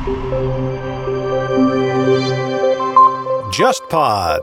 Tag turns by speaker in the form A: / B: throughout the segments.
A: JustPod。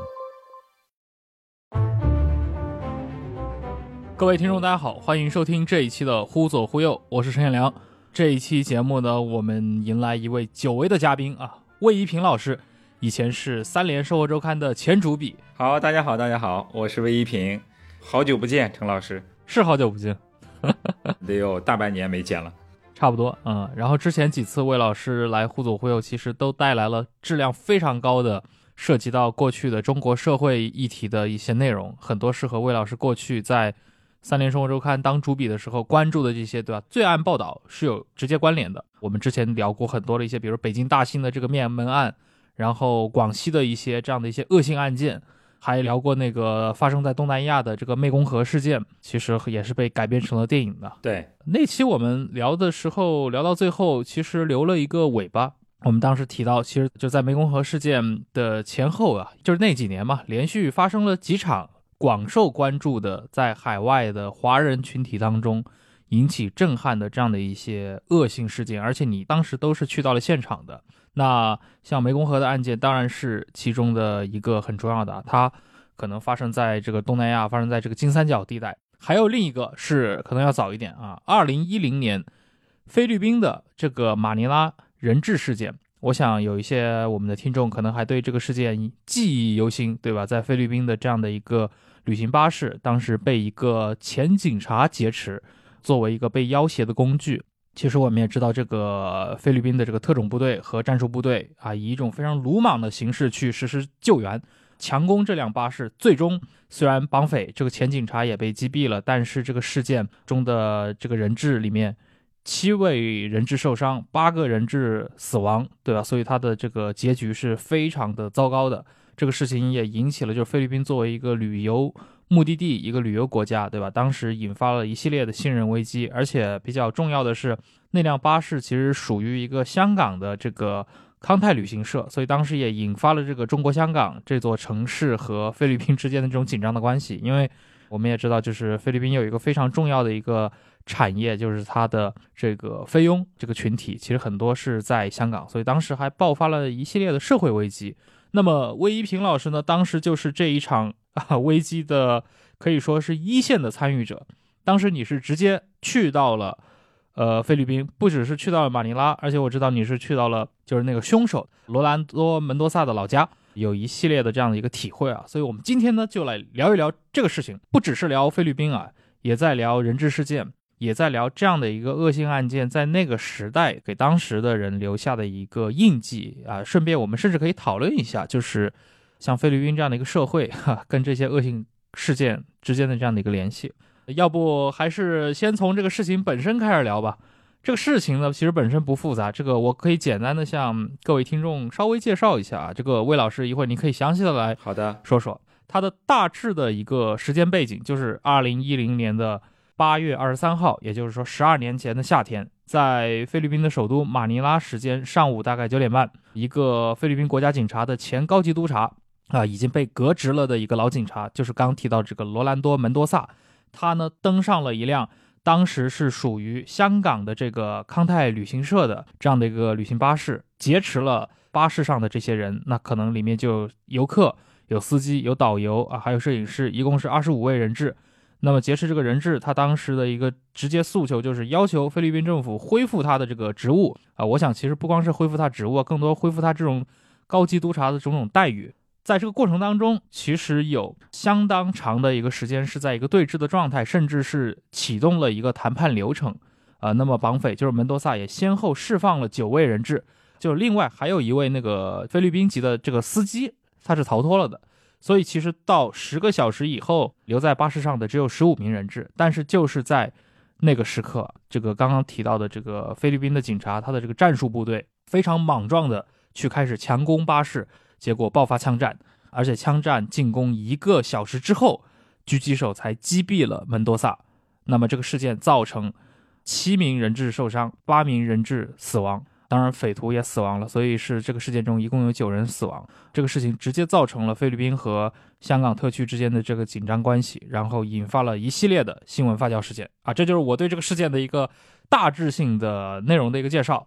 B: 各位听众大家好，欢迎收听这一期的忽左忽右，我是陈彦良。这一期节目呢，我们迎来一位久违的嘉宾啊，魏一平老师，以前是三联生活周刊的前主笔。
C: 好，大家好，我是魏一平，好久不见，陈老师。
B: 是好久不见，
C: 得有大半年没见了。
B: 差不多，然后之前几次魏老师来忽左忽右，其实都带来了质量非常高的涉及到过去的中国社会议题的一些内容，很多是和魏老师过去在三联生活周刊当主笔的时候关注的这些，对吧？罪案报道是有直接关联的。我们之前聊过很多的一些，比如北京大兴的这个灭门案，然后广西的一些这样的一些恶性案件，还聊过那个发生在东南亚的这个湄公河事件，其实也是被改编成了电影的。
C: 对，
B: 那期我们聊的时候，聊到最后其实留了一个尾巴。我们当时提到，其实就在湄公河事件的前后啊，就是那几年嘛，连续发生了几场广受关注的在海外的华人群体当中引起震撼的这样的一些恶性事件，而且你当时都是去到了现场的。那像湄公河的案件当然是其中的一个很重要的，它可能发生在这个东南亚，发生在这个金三角地带。还有另一个是可能要早一点啊，2010年菲律宾的这个马尼拉人质事件。我想有一些我们的听众可能还对这个事件记忆犹新，对吧？在菲律宾的这样的一个旅行巴士，当时被一个前警察劫持，作为一个被要挟的工具。其实我们也知道，这个菲律宾的这个特种部队和战术部队啊，以一种非常鲁莽的形式去实施救援，强攻这辆巴士。最终虽然绑匪这个前警察也被击毙了，但是这个事件中的这个人质里面7位人质受伤，8个人质死亡，对吧？所以他的这个结局是非常的糟糕的。这个事情也引起了，就是菲律宾作为一个旅游目的地，一个旅游国家，对吧？当时引发了一系列的信任危机，而且比较重要的是，那辆巴士其实属于一个香港的这个康泰旅行社，所以当时也引发了这个中国香港这座城市和菲律宾之间的这种紧张的关系。因为我们也知道，就是菲律宾有一个非常重要的一个产业，就是它的这个菲佣这个群体，其实很多是在香港，所以当时还爆发了一系列的社会危机。那么魏一平老师呢，当时就是这一场危机的可以说是一线的参与者。当时你是直接去到了菲律宾，不只是去到了马尼拉，而且我知道你是去到了就是那个凶手罗兰多门多萨的老家，有一系列的这样的一个体会啊。所以我们今天呢就来聊一聊这个事情，不只是聊菲律宾啊，也在聊人质事件，也在聊这样的一个恶性案件在那个时代给当时的人留下的一个印记啊。顺便我们甚至可以讨论一下，就是像菲律宾这样的一个社会跟这些恶性事件之间的这样的一个联系。要不还是先从这个事情本身开始聊吧。这个事情呢其实本身不复杂，这个我可以简单的向各位听众稍微介绍一下啊。这个魏老师一会儿你可以详细的来说说它的大致的一个时间背景，就是2010年的8月23号，也就是说12年前的夏天，在菲律宾的首都马尼拉时间上午大概9点半，一个菲律宾国家警察的前高级督察已经被革职了的一个老警察，就是刚提到这个罗兰多门多萨，他呢登上了一辆当时是属于香港的这个康泰旅行社的这样的一个旅行巴士，劫持了巴士上的这些人。那可能里面就有游客，有司机，有导游还有摄影师，一共是25位人质。那么劫持这个人质，他当时的一个直接诉求就是要求菲律宾政府恢复他的这个职务我想其实不光是恢复他职务，更多恢复他这种高级督察的种种待遇。在这个过程当中，其实有相当长的一个时间是在一个对峙的状态，甚至是启动了一个谈判流程那么绑匪就是门多萨也先后释放了9位人质，就另外还有一位那个菲律宾籍的这个司机，他是逃脱了的。所以其实到10个小时以后，留在巴士上的只有15名人质。但是就是在那个时刻，这个刚刚提到的这个菲律宾的警察，他的这个战术部队非常莽撞的去开始强攻巴士，结果爆发枪战，而且枪战进攻1个小时之后，狙击手才击毙了门多萨。那么这个事件造成7名人质受伤，8名人质死亡，当然匪徒也死亡了，所以是这个事件中一共有9人死亡。这个事情直接造成了菲律宾和香港特区之间的这个紧张关系，然后引发了一系列的新闻发酵事件这就是我对这个事件的一个大致性的内容的一个介绍。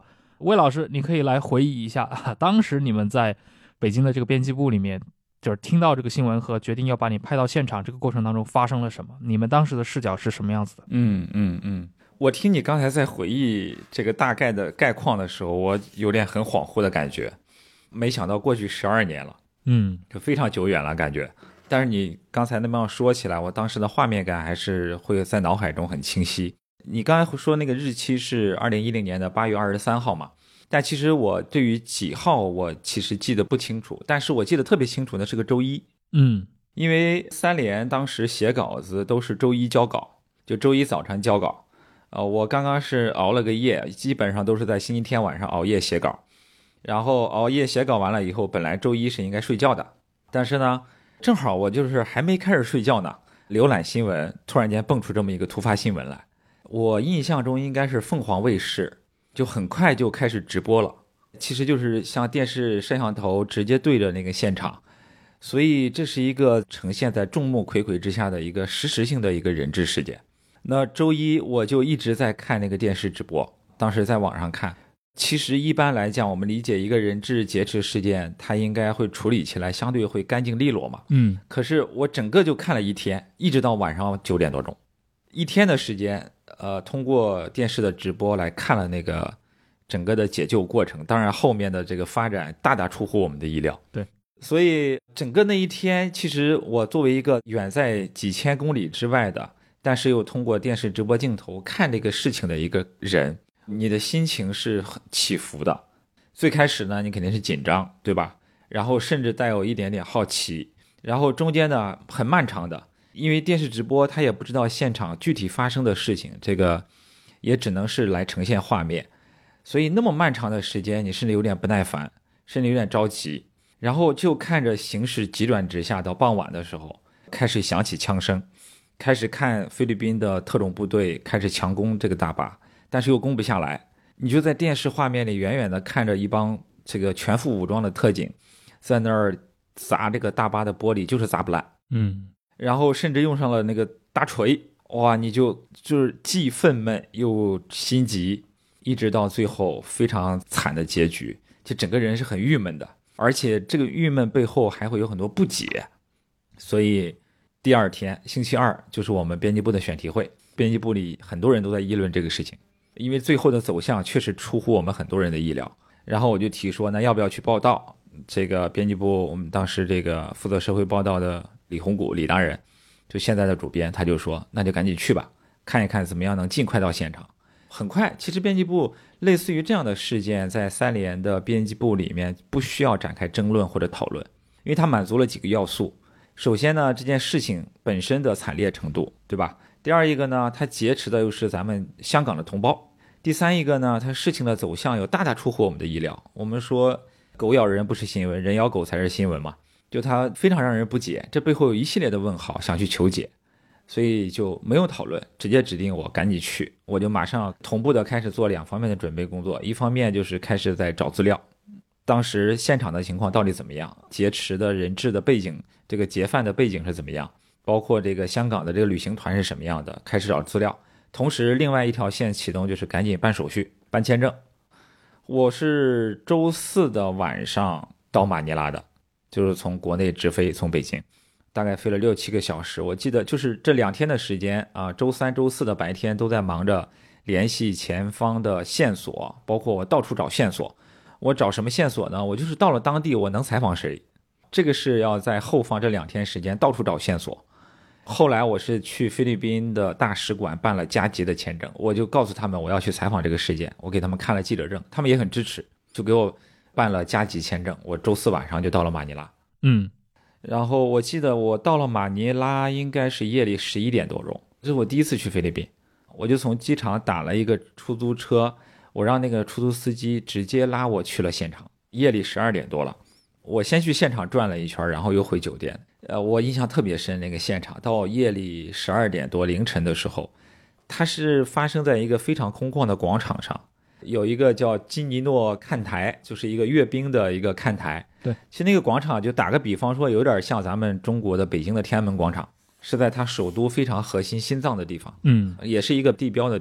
B: 魏老师，你可以来回忆一下，当时你们在北京的这个编辑部里面，就是听到这个新闻和决定要把你派到现场这个过程当中发生了什么？你们当时的视角是什么样子的？
C: 我听你刚才在回忆这个大概的概况的时候，我有点很恍惚的感觉。没想到过去12年了，就非常久远了感觉。但是你刚才那么说起来，我当时的画面感还是会在脑海中很清晰。你刚才说那个日期是2010年的8月23号嘛？但其实我对于几号我其实记得不清楚，但是我记得特别清楚的是个周一。因为三联当时写稿子都是周一交稿，就周一早晨交稿。我刚刚是熬了个夜，基本上都是在星期天晚上熬夜写稿。然后熬夜写稿完了以后，本来周一是应该睡觉的，但是呢，正好我就是还没开始睡觉呢，浏览新闻，突然间蹦出这么一个突发新闻来。我印象中应该是凤凰卫视，就很快就开始直播了。其实就是像电视摄像头直接对着那个现场，所以这是一个呈现在众目睽睽之下的一个实时性的一个人质事件。那周一我就一直在看那个电视直播，当时在网上看。其实一般来讲，我们理解一个人质劫持事件，它应该会处理起来相对会干净利落嘛。可是我整个就看了一天，一直到晚上9点多钟，一天的时间，通过电视的直播来看了那个整个的解救过程。当然后面的这个发展大大出乎我们的意料。
B: 对，
C: 所以整个那一天，其实我作为一个远在几千公里之外的，但是又通过电视直播镜头看这个事情的一个人，你的心情是很起伏的。最开始呢，你肯定是紧张，对吧？然后甚至带有一点点好奇，然后中间呢很漫长的，因为电视直播他也不知道现场具体发生的事情，这个也只能是来呈现画面，所以那么漫长的时间，你甚至有点不耐烦，甚至有点着急。然后就看着形势急转直下，到傍晚的时候开始响起枪声，开始看菲律宾的特种部队开始强攻这个大巴，但是又攻不下来。你就在电视画面里远远的看着一帮这个全副武装的特警在那儿砸这个大巴的玻璃，就是砸不烂。然后甚至用上了那个大锤，哇，你就是既愤懑又心急，一直到最后非常惨的结局，就整个人是很郁闷的，而且这个郁闷背后还会有很多不解。所以第二天星期二就是我们编辑部的选题会，编辑部里很多人都在议论这个事情，因为最后的走向确实出乎我们很多人的意料。然后我就提说，那要不要去报道？这个编辑部我们当时这个负责社会报道的李洪谷李大人，就现在的主编，他就说那就赶紧去吧，看一看怎么样能尽快到现场。很快，其实编辑部类似于这样的事件，在三联的编辑部里面不需要展开争论或者讨论，因为它满足了几个要素。首先呢，这件事情本身的惨烈程度，对吧？第二一个呢，它劫持的又是咱们香港的同胞。第三一个呢，它事情的走向有大大出乎我们的意料。我们说狗咬人不是新闻，人咬狗才是新闻嘛，就它非常让人不解，这背后有一系列的问号想去求解，所以就没有讨论，直接指定我赶紧去。我就马上同步的开始做两方面的准备工作，一方面就是开始在找资料，当时现场的情况到底怎么样，劫持的人质的背景，这个劫犯的背景是怎么样，包括这个香港的这个旅行团是什么样的，开始找资料。同时另外一条线启动，就是赶紧办手续办签证。我是周四的晚上到马尼拉的，就是从国内直飞，从北京大概飞了6-7个小时。我记得就是这2天的时间啊，周三周四的白天都在忙着联系前方的线索，包括我到处找线索。我找什么线索呢？我就是到了当地我能采访谁，这个是要在后方这2天时间到处找线索。后来我是去菲律宾的大使馆办了加急的签证，我就告诉他们我要去采访这个事件，我给他们看了记者证，他们也很支持，就给我办了加急签证。我周四晚上就到了马尼拉。然后我记得我到了马尼拉应该是夜里11点多钟，这是我第一次去菲律宾。我就从机场打了一个出租车，我让那个出租司机直接拉我去了现场。夜里12点多了，我先去现场转了一圈，然后又回酒店。我印象特别深，那个现场到夜里12点多凌晨的时候，它是发生在一个非常空旷的广场上，有一个叫基尼诺看台，就是一个阅兵的一个看台。
B: 对，
C: 其实那个广场就打个比方说，有点像咱们中国的北京的天安门广场，是在它首都非常核心心脏的地方，也是一个地标的地方。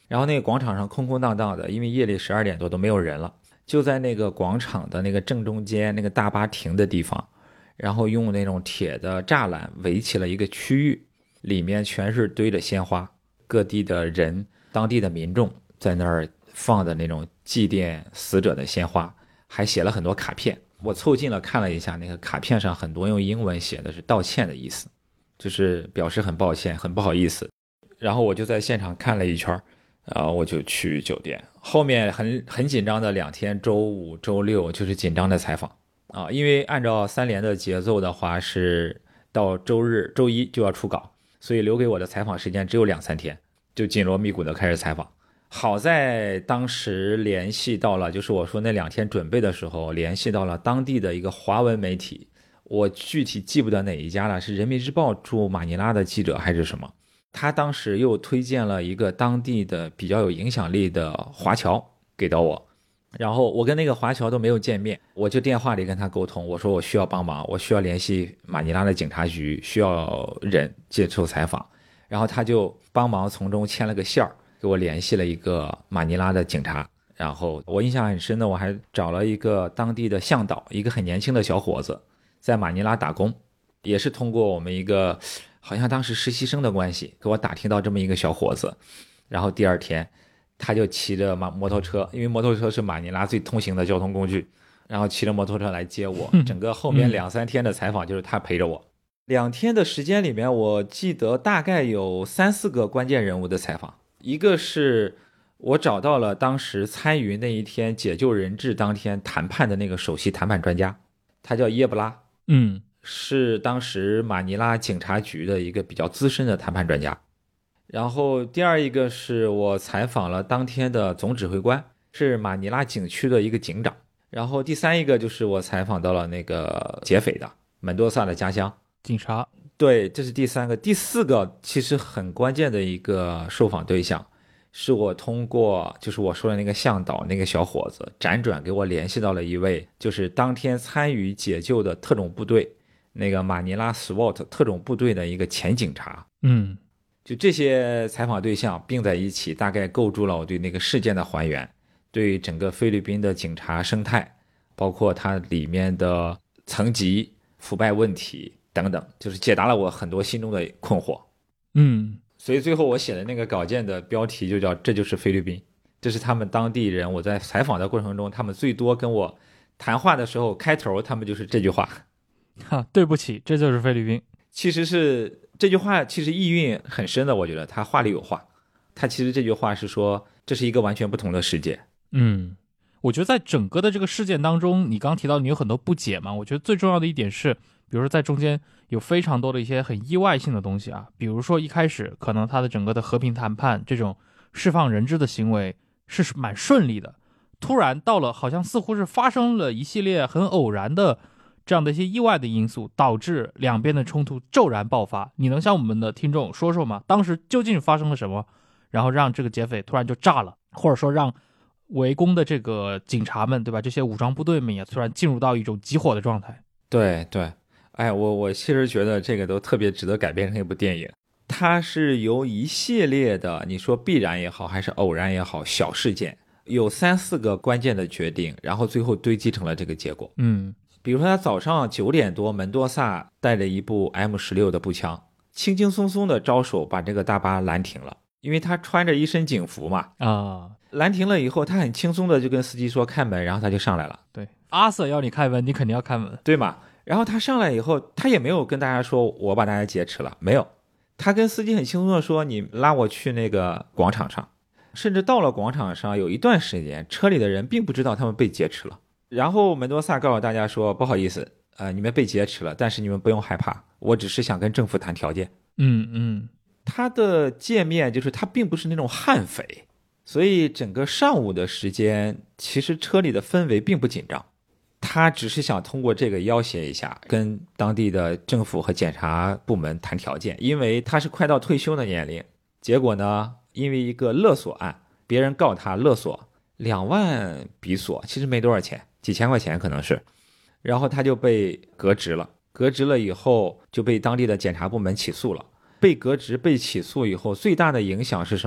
C: 然后那个广场上空空荡荡的，因为夜里12点多都没有人了，就在那个广场的那个正中间那个大巴停的地方，然后用那种铁的栅栏围起了一个区域，里面全是堆着鲜花，各地的人，当地的民众在那儿放的那种祭奠死者的鲜花，还写了很多卡片。我凑近了看了一下，那个卡片上很多用英文写的是道歉的意思，就是表示很抱歉，很不好意思。然后我就在现场看了一圈，然后我就去酒店。后面很紧张的2天，周5、周6就是紧张的采访啊，因为按照3联的节奏的话，是到周日、周一就要出稿，所以留给我的采访时间只有2、3天，就紧锣密鼓的开始采访。好在当时联系到了，就是我说那2天准备的时候，联系到了当地的一个华文媒体，我具体记不得哪一家了，是人民日报驻马尼拉的记者还是什么。他当时又推荐了一个当地的比较有影响力的华侨给到我，然后我跟那个华侨都没有见面，我就电话里跟他沟通，我说我需要帮忙，我需要联系马尼拉的警察局，需要人接受采访，然后他就帮忙从中牵了个线儿，给我联系了一个马尼拉的警察。然后我印象很深的，我还找了一个当地的向导，一个很年轻的小伙子，在马尼拉打工，也是通过我们一个好像当时实习生的关系给我打听到这么一个小伙子。然后第2天他就骑着摩托车，因为摩托车是马尼拉最通行的交通工具，然后骑着摩托车来接我。整个后面2、3天的采访就是他陪着我。2天的时间里面，我记得大概有3、4个关键人物的采访。一个是我找到了当时参与那一天解救人质当天谈判的那个首席谈判专家，他叫耶布拉，是当时马尼拉警察局的一个比较资深的谈判专家。然后第2一个是我采访了当天的总指挥官，是马尼拉景区的一个警长。然后第3一个就是我采访到了那个劫匪的门多萨的家乡
B: 警察。
C: 对，这是第3个。第4个其实很关键的一个受访对象，是我通过就是我说的那个向导那个小伙子辗转给我联系到了一位就是当天参与解救的特种部队，那个马尼拉 SWAT 特种部队的一个前警察。就这些采访对象并在一起，大概构筑了我对那个事件的还原，对整个菲律宾的警察生态，包括它里面的层级、腐败问题等等，就是解答了我很多心中的困惑。所以最后我写的那个稿件的标题就叫这就是菲律宾。这是他们当地人，我在采访的过程中，他们最多跟我谈话的时候开头他们就是这句话，
B: 对不起，这就是菲律宾。
C: 其实是这句话其实意蕴很深的，我觉得他话里有话。他其实这句话是说这是一个完全不同的世界。
B: 我觉得在整个的这个事件当中，你刚提到你有很多不解嘛，我觉得最重要的一点是，比如说在中间有非常多的一些很意外性的东西啊，比如说一开始可能他的整个的和平谈判这种释放人质的行为是蛮顺利的，突然到了好像似乎是发生了一系列很偶然的这样的一些意外的因素，导致两边的冲突骤然爆发。你能向我们的听众说说吗？当时究竟发生了什么，然后让这个劫匪突然就炸了，或者说让围攻的这个警察们，对吧？这些武装部队们也突然进入到一种急火的状态。
C: 对对，哎，我其实觉得这个都特别值得改编成一部电影。它是由一系列的，你说必然也好，还是偶然也好，小事件，有3、4个关键的决定，然后最后堆积成了这个结果。比如说他早上9点多，门多萨带着一部 M16的步枪，轻轻松松的招手把这个大巴拦停了，因为他穿着一身警服嘛。拦停了以后，他很轻松的就跟司机说开门，然后他就上来了。
B: 对，阿 Sir 要你开门，你肯定要开门，
C: 对吗？然后他上来以后，他也没有跟大家说我把大家劫持了，没有。他跟司机很轻松的说你拉我去那个广场上，甚至到了广场上有一段时间车里的人并不知道他们被劫持了。然后门多萨告诉大家说不好意思，你们被劫持了，但是你们不用害怕，我只是想跟政府谈条件。他的界面就是他并不是那种悍匪，所以整个上午的时间其实车里的氛围并不紧张，他只是想通过这个要挟一下，跟当地的政府和检察部门谈条件，因为他是快到退休的年龄。结果呢，因为一个勒索案，别人告他勒索2万比索，其实没多少钱，几千块钱可能是，然后他就被革职了。革职了以后就被当地的检察部门起诉了。被革职被起诉以后，最大的影响是什么？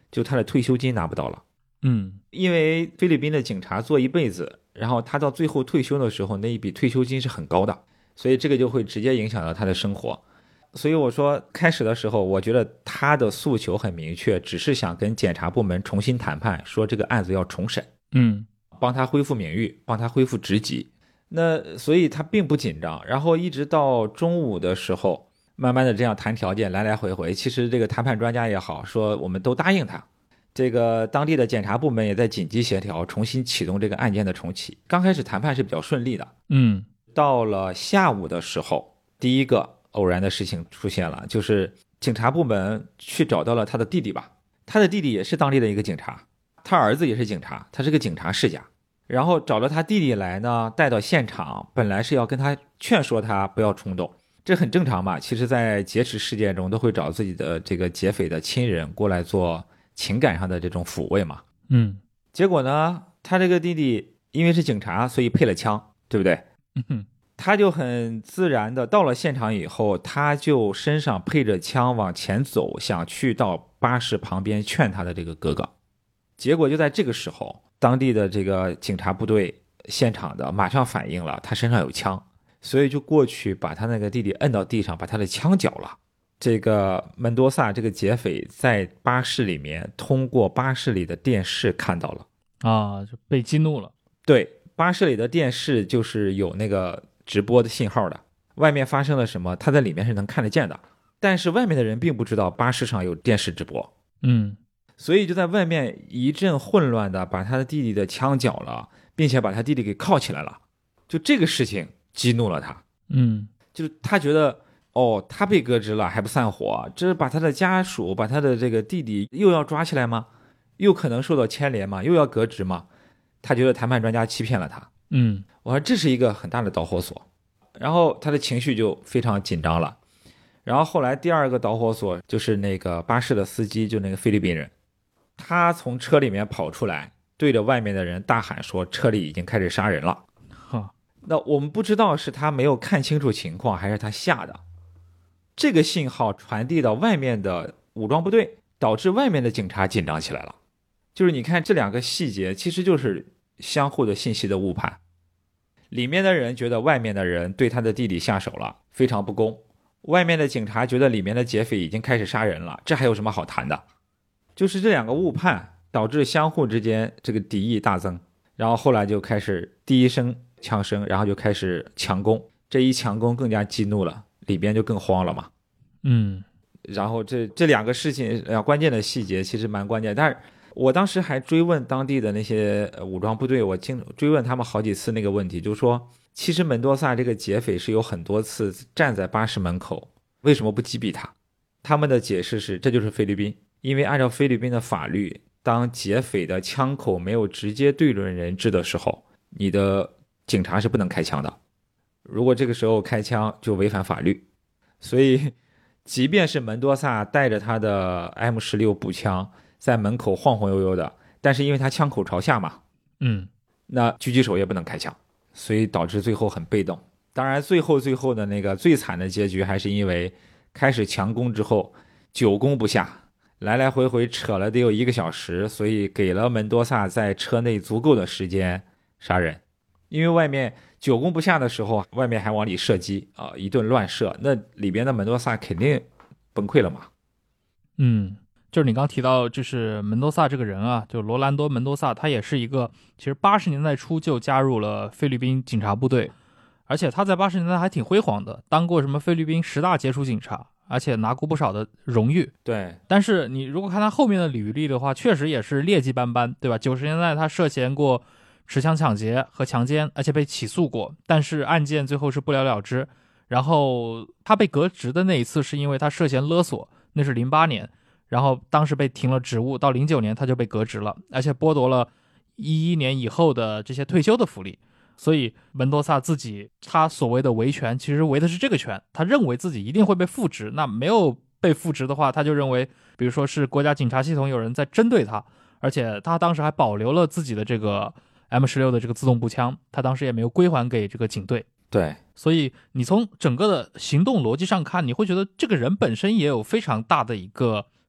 C: 就他的退休金拿不到了。因为菲律宾的警察做一辈子，然后他到最后退休的时候，那一笔退休金是很高的，所以这个就会直接影响到他的生活。所以我说开始的时候，我觉得他的诉求很明确，只是想跟检察部门重新谈判，说这个案子要重审，帮他恢复名誉，帮他恢复职级。那所以他并不紧张，然后一直到中午的时候，慢慢的这样谈条件，来来回回，其实这个谈判专家也好，说我们都答应他。这个当地的检察部门也在紧急协调，重新启动这个案件的重启。刚开始谈判是比较顺利的，到了下午的时候，第一个偶然的事情出现了，就是警察部门去找到了他的弟弟吧，他的弟弟也是当地的一个警察，他儿子也是警察，他是个警察世家，然后找了他弟弟来呢，带到现场，本来是要跟他劝说他不要冲动，这很正常嘛，其实在劫持事件中都会找自己的这个劫匪的亲人过来做情感上的这种抚慰嘛。结果呢，他这个弟弟因为是警察，所以配了枪，对不对？他就很自然的到了现场以后，他就身上配着枪往前走，想去到巴士旁边劝他的这个哥哥。结果就在这个时候，当地的这个警察部队现场的马上反应了，他身上有枪，所以就过去把他那个弟弟摁到地上，把他的枪缴了。这个门多萨这个劫匪在巴士里面通过巴士里的电视看到了
B: 就被激怒了。
C: 对，巴士里的电视就是有那个直播的信号的，外面发生了什么他在里面是能看得见的，但是外面的人并不知道巴士上有电视直播。所以就在外面一阵混乱的把他的弟弟的枪缴了，并且把他弟弟给铐起来了。就这个事情激怒了他。就是他觉得他被革职了还不散伙，这是把他的家属把他的这个弟弟又要抓起来吗？又可能受到牵连吗？又要革职吗？他觉得谈判专家欺骗了他。我说这是一个很大的导火索，然后他的情绪就非常紧张了。然后后来第二个导火索就是那个巴士的司机，就那个菲律宾人，他从车里面跑出来，对着外面的人大喊说车里已经开始杀人了。那我们不知道是他没有看清楚情况，还是他吓的。这个信号传递到外面的武装部队，导致外面的警察紧张起来了。就是你看这两个细节，其实就是相互的信息的误判。里面的人觉得外面的人对他的弟弟下手了，非常不公。外面的警察觉得里面的劫匪已经开始杀人了，这还有什么好谈的？就是这两个误判导致相互之间这个敌意大增，然后后来就开始第一声枪声，然后就开始强攻，这一强攻更加激怒了，里边就更慌了嘛。然后这两个事情关键的细节其实蛮关键，但是我当时还追问当地的那些武装部队，我追问他们好几次那个问题，就是说其实门多萨这个劫匪是有很多次站在巴士门口，为什么不击毙他？他们的解释是这就是菲律宾，因为按照菲律宾的法律，当劫匪的枪口没有直接对准人质的时候，你的警察是不能开枪的，如果这个时候开枪就违反法律。所以即便是门多萨带着他的 M16 步枪在门口晃晃悠悠的，但是因为他枪口朝下嘛，那狙击手也不能开枪，所以导致最后很被动。当然最后的那个最惨的结局还是因为开始强攻之后久攻不下，来来回回扯了得有1个小时，所以给了门多萨在车内足够的时间杀人。因为外面久攻不下的时候，外面还往里射击一顿乱射，那里边的门多萨肯定崩溃了嘛。
B: 就是你刚提到，就是门多萨这个人啊，就罗兰多·门多萨，他也是一个其实80年代初就加入了菲律宾警察部队，而且他在80年代还挺辉煌的，当过什么菲律宾10大杰出警察，而且拿过不少的荣誉。
C: 对，
B: 但是你如果看他后面的履历的话，确实也是劣迹斑斑，对吧？90年代他涉嫌过持枪抢劫和强奸，而且被起诉过，但是案件最后是不了了之。然后他被革职的那一次是因为他涉嫌勒索，那是08年，然后当时被停了职务，到09年他就被革职了，而且剥夺了11年以后的这些退休的福利。所以门多萨自己他所谓的维权，其实维的是这个权，他认为自己一定会被复职，那没有被复职的话，他就认为比如说是国家警察系统有人在针对他，而且他当时还保留了自己的这个 M16 的这个自动步枪，他当时也没有归还给这个警队。
C: 对，
B: 所以你从整个的行动逻辑上看，你会觉得这个人本身也有非常大的一个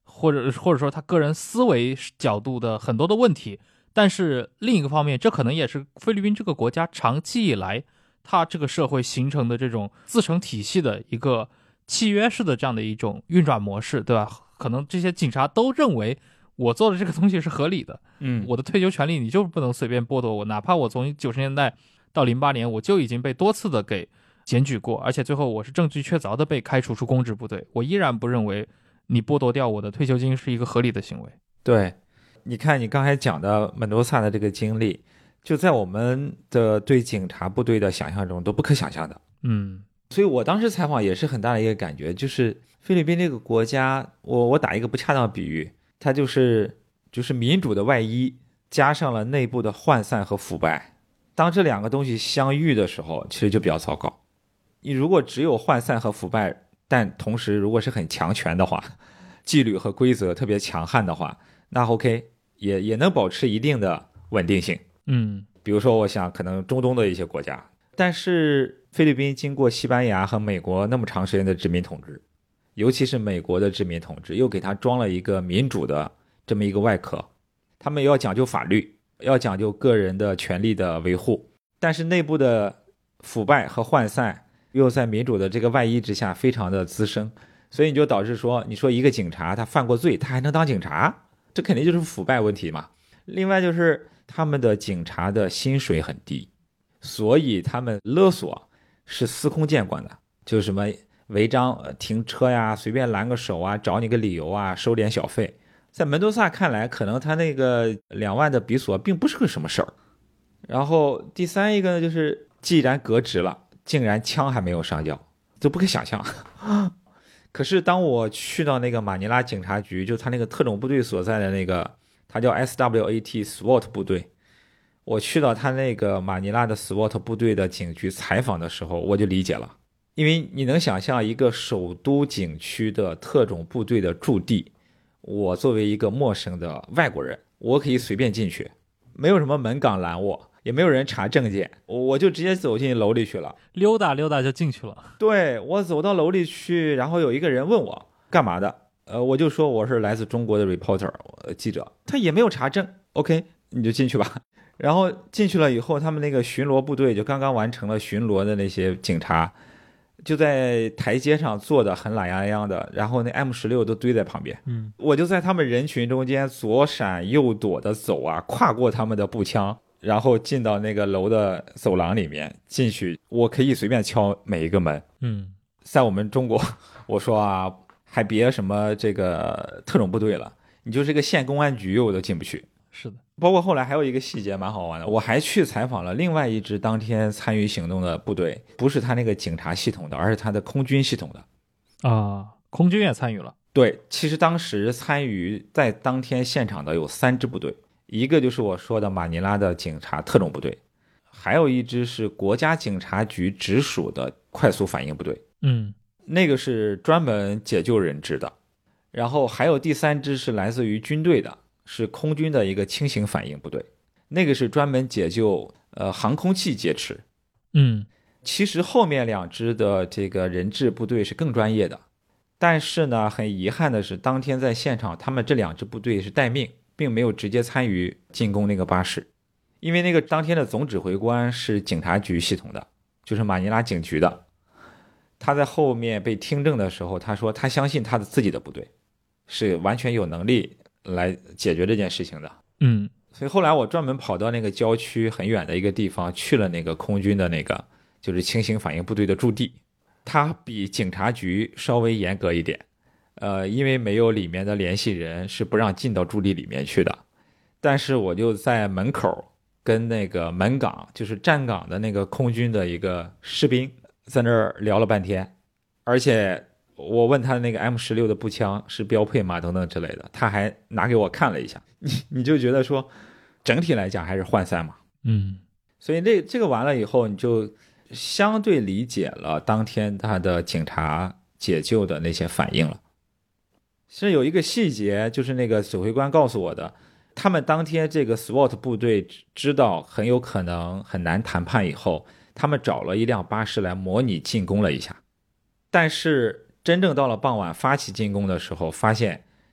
B: 或者说他个人思维角度的很多的问题。但是另一个方面，这可能也是菲律宾这个国家长期以来它这个社会形成的这种自成体系的一个契约式的这样的一种运转模式，对吧？可能这些警察都认为我做的这个东西是合理的，我的退休权利你就不能随便剥夺我，哪怕我从90年代到08年我就已经被多次的给检举过，而且最后我是证据确凿的被开除出公职部队，我依然不认为你剥夺掉我的退休金是一个合理的行为。
C: 对，你看你刚才讲的门多萨的这个经历，就在我们的对警察部队的想象中都不可想象的。所以我当时采访也是很大的一个感觉，就是菲律宾这个国家，我打一个不恰当的比喻，它就是民主的外衣加上了内部的涣散和腐败，当这两个东西相遇的时候，其实就比较糟糕。你如果只有涣散和腐败，但同时如果是很强权的话，纪律和规则特别强悍的话，那 OK 也能保持一定的稳定性。比如说我想可能中东的一些国家，但是菲律宾经过西班牙和美国那么长时间的殖民统治，尤其是美国的殖民统治又给它装了一个民主的这么一个外壳，他们要讲究法律，要讲究个人的权利的维护，但是内部的腐败和涣散又在民主的这个外衣之下非常的滋生，所以你就导致说，你说一个警察他犯过罪，他还能当警察，这肯定就是腐败问题嘛。另外就是他们的警察的薪水很低，所以他们勒索是司空见惯的，就是什么违章停车呀，随便拦个手啊，找你个理由啊，收点小费。在门多萨看来，可能他那个2万的比索并不是个什么事儿。然后第三一个呢，就是既然革职了，竟然枪还没有上缴，这不可想象。可是当我去到那个马尼拉警察局，就他那个特种部队所在的那个，他叫 SWAT SWAT 部队，我去到他那个马尼拉的 SWAT 部队的警局采访的时候，我就理解了。因为你能想象一个首都景区的特种部队的驻地，我作为一个陌生的外国人，我可以随便进去，没有什么门岗拦我，也没有人查证件，我就直接走进楼里去了，
B: 溜达溜达就进去了。
C: 对，我走到楼里去，然后有一个人问我干嘛的，我就说我是来自中国的 reporter 记者，他也没有查证 ，OK 你就进去吧。然后进去了以后，他们那个巡逻部队就刚刚完成了巡逻的那些警察，就在台阶上坐的很懒洋洋的，然后那 M16都堆在旁边，我就在他们人群中间左闪右躲的走啊，跨过他们的步枪，然后进到那个楼的走廊里面进去，我可以随便敲每一个门。在我们中国，我说啊，还别什么这个特种部队了，你就是个县公安局我都进不去。
B: 是的，
C: 包括后来还有一个细节蛮好玩的，我还去采访了另外一支当天参与行动的部队，不是他那个警察系统的，而是他的空军系统的。
B: 空军也参与了。
C: 对，其实当时参与在当天现场的有3支部队，一个就是我说的马尼拉的警察特种部队，还有一支是国家警察局直属的快速反应部队，那个是专门解救人质的。然后还有第3支是来自于军队的，是空军的一个轻型反应部队，那个是专门解救航空器劫持。其实后面2支的这个人质部队是更专业的，但是呢，很遗憾的是，当天在现场，他们这2支部队是待命，并没有直接参与进攻那个巴士，因为那个当天的总指挥官是警察局系统的，就是马尼拉警局的。他在后面被听证的时候，他说他相信他的自己的部队是完全有能力来解决这件事情的。所以后来我专门跑到那个郊区很远的一个地方，去了那个空军的那个就是轻型反应部队的驻地，它比警察局稍微严格一点，因为没有里面的联系人，是不让进到驻地里面去的。但是我就在门口跟那个门岗，就是站岗的那个空军的一个士兵在那儿聊了半天，而且我问他那个 M16 的步枪是标配吗等等之类的，他还拿给我看了一下。你就觉得说整体来讲还是涣散嘛。所以这个完了以后，你就相对理解了当天他的警察解救的那些反应了。是有一个细节，就是那个指挥官告诉我的，他们当天这个 SWAT 部队知道很有可能很难谈判以后，他们找了一辆巴士来模拟进攻了一下，但是真正到了傍晚发起进攻的时候，发现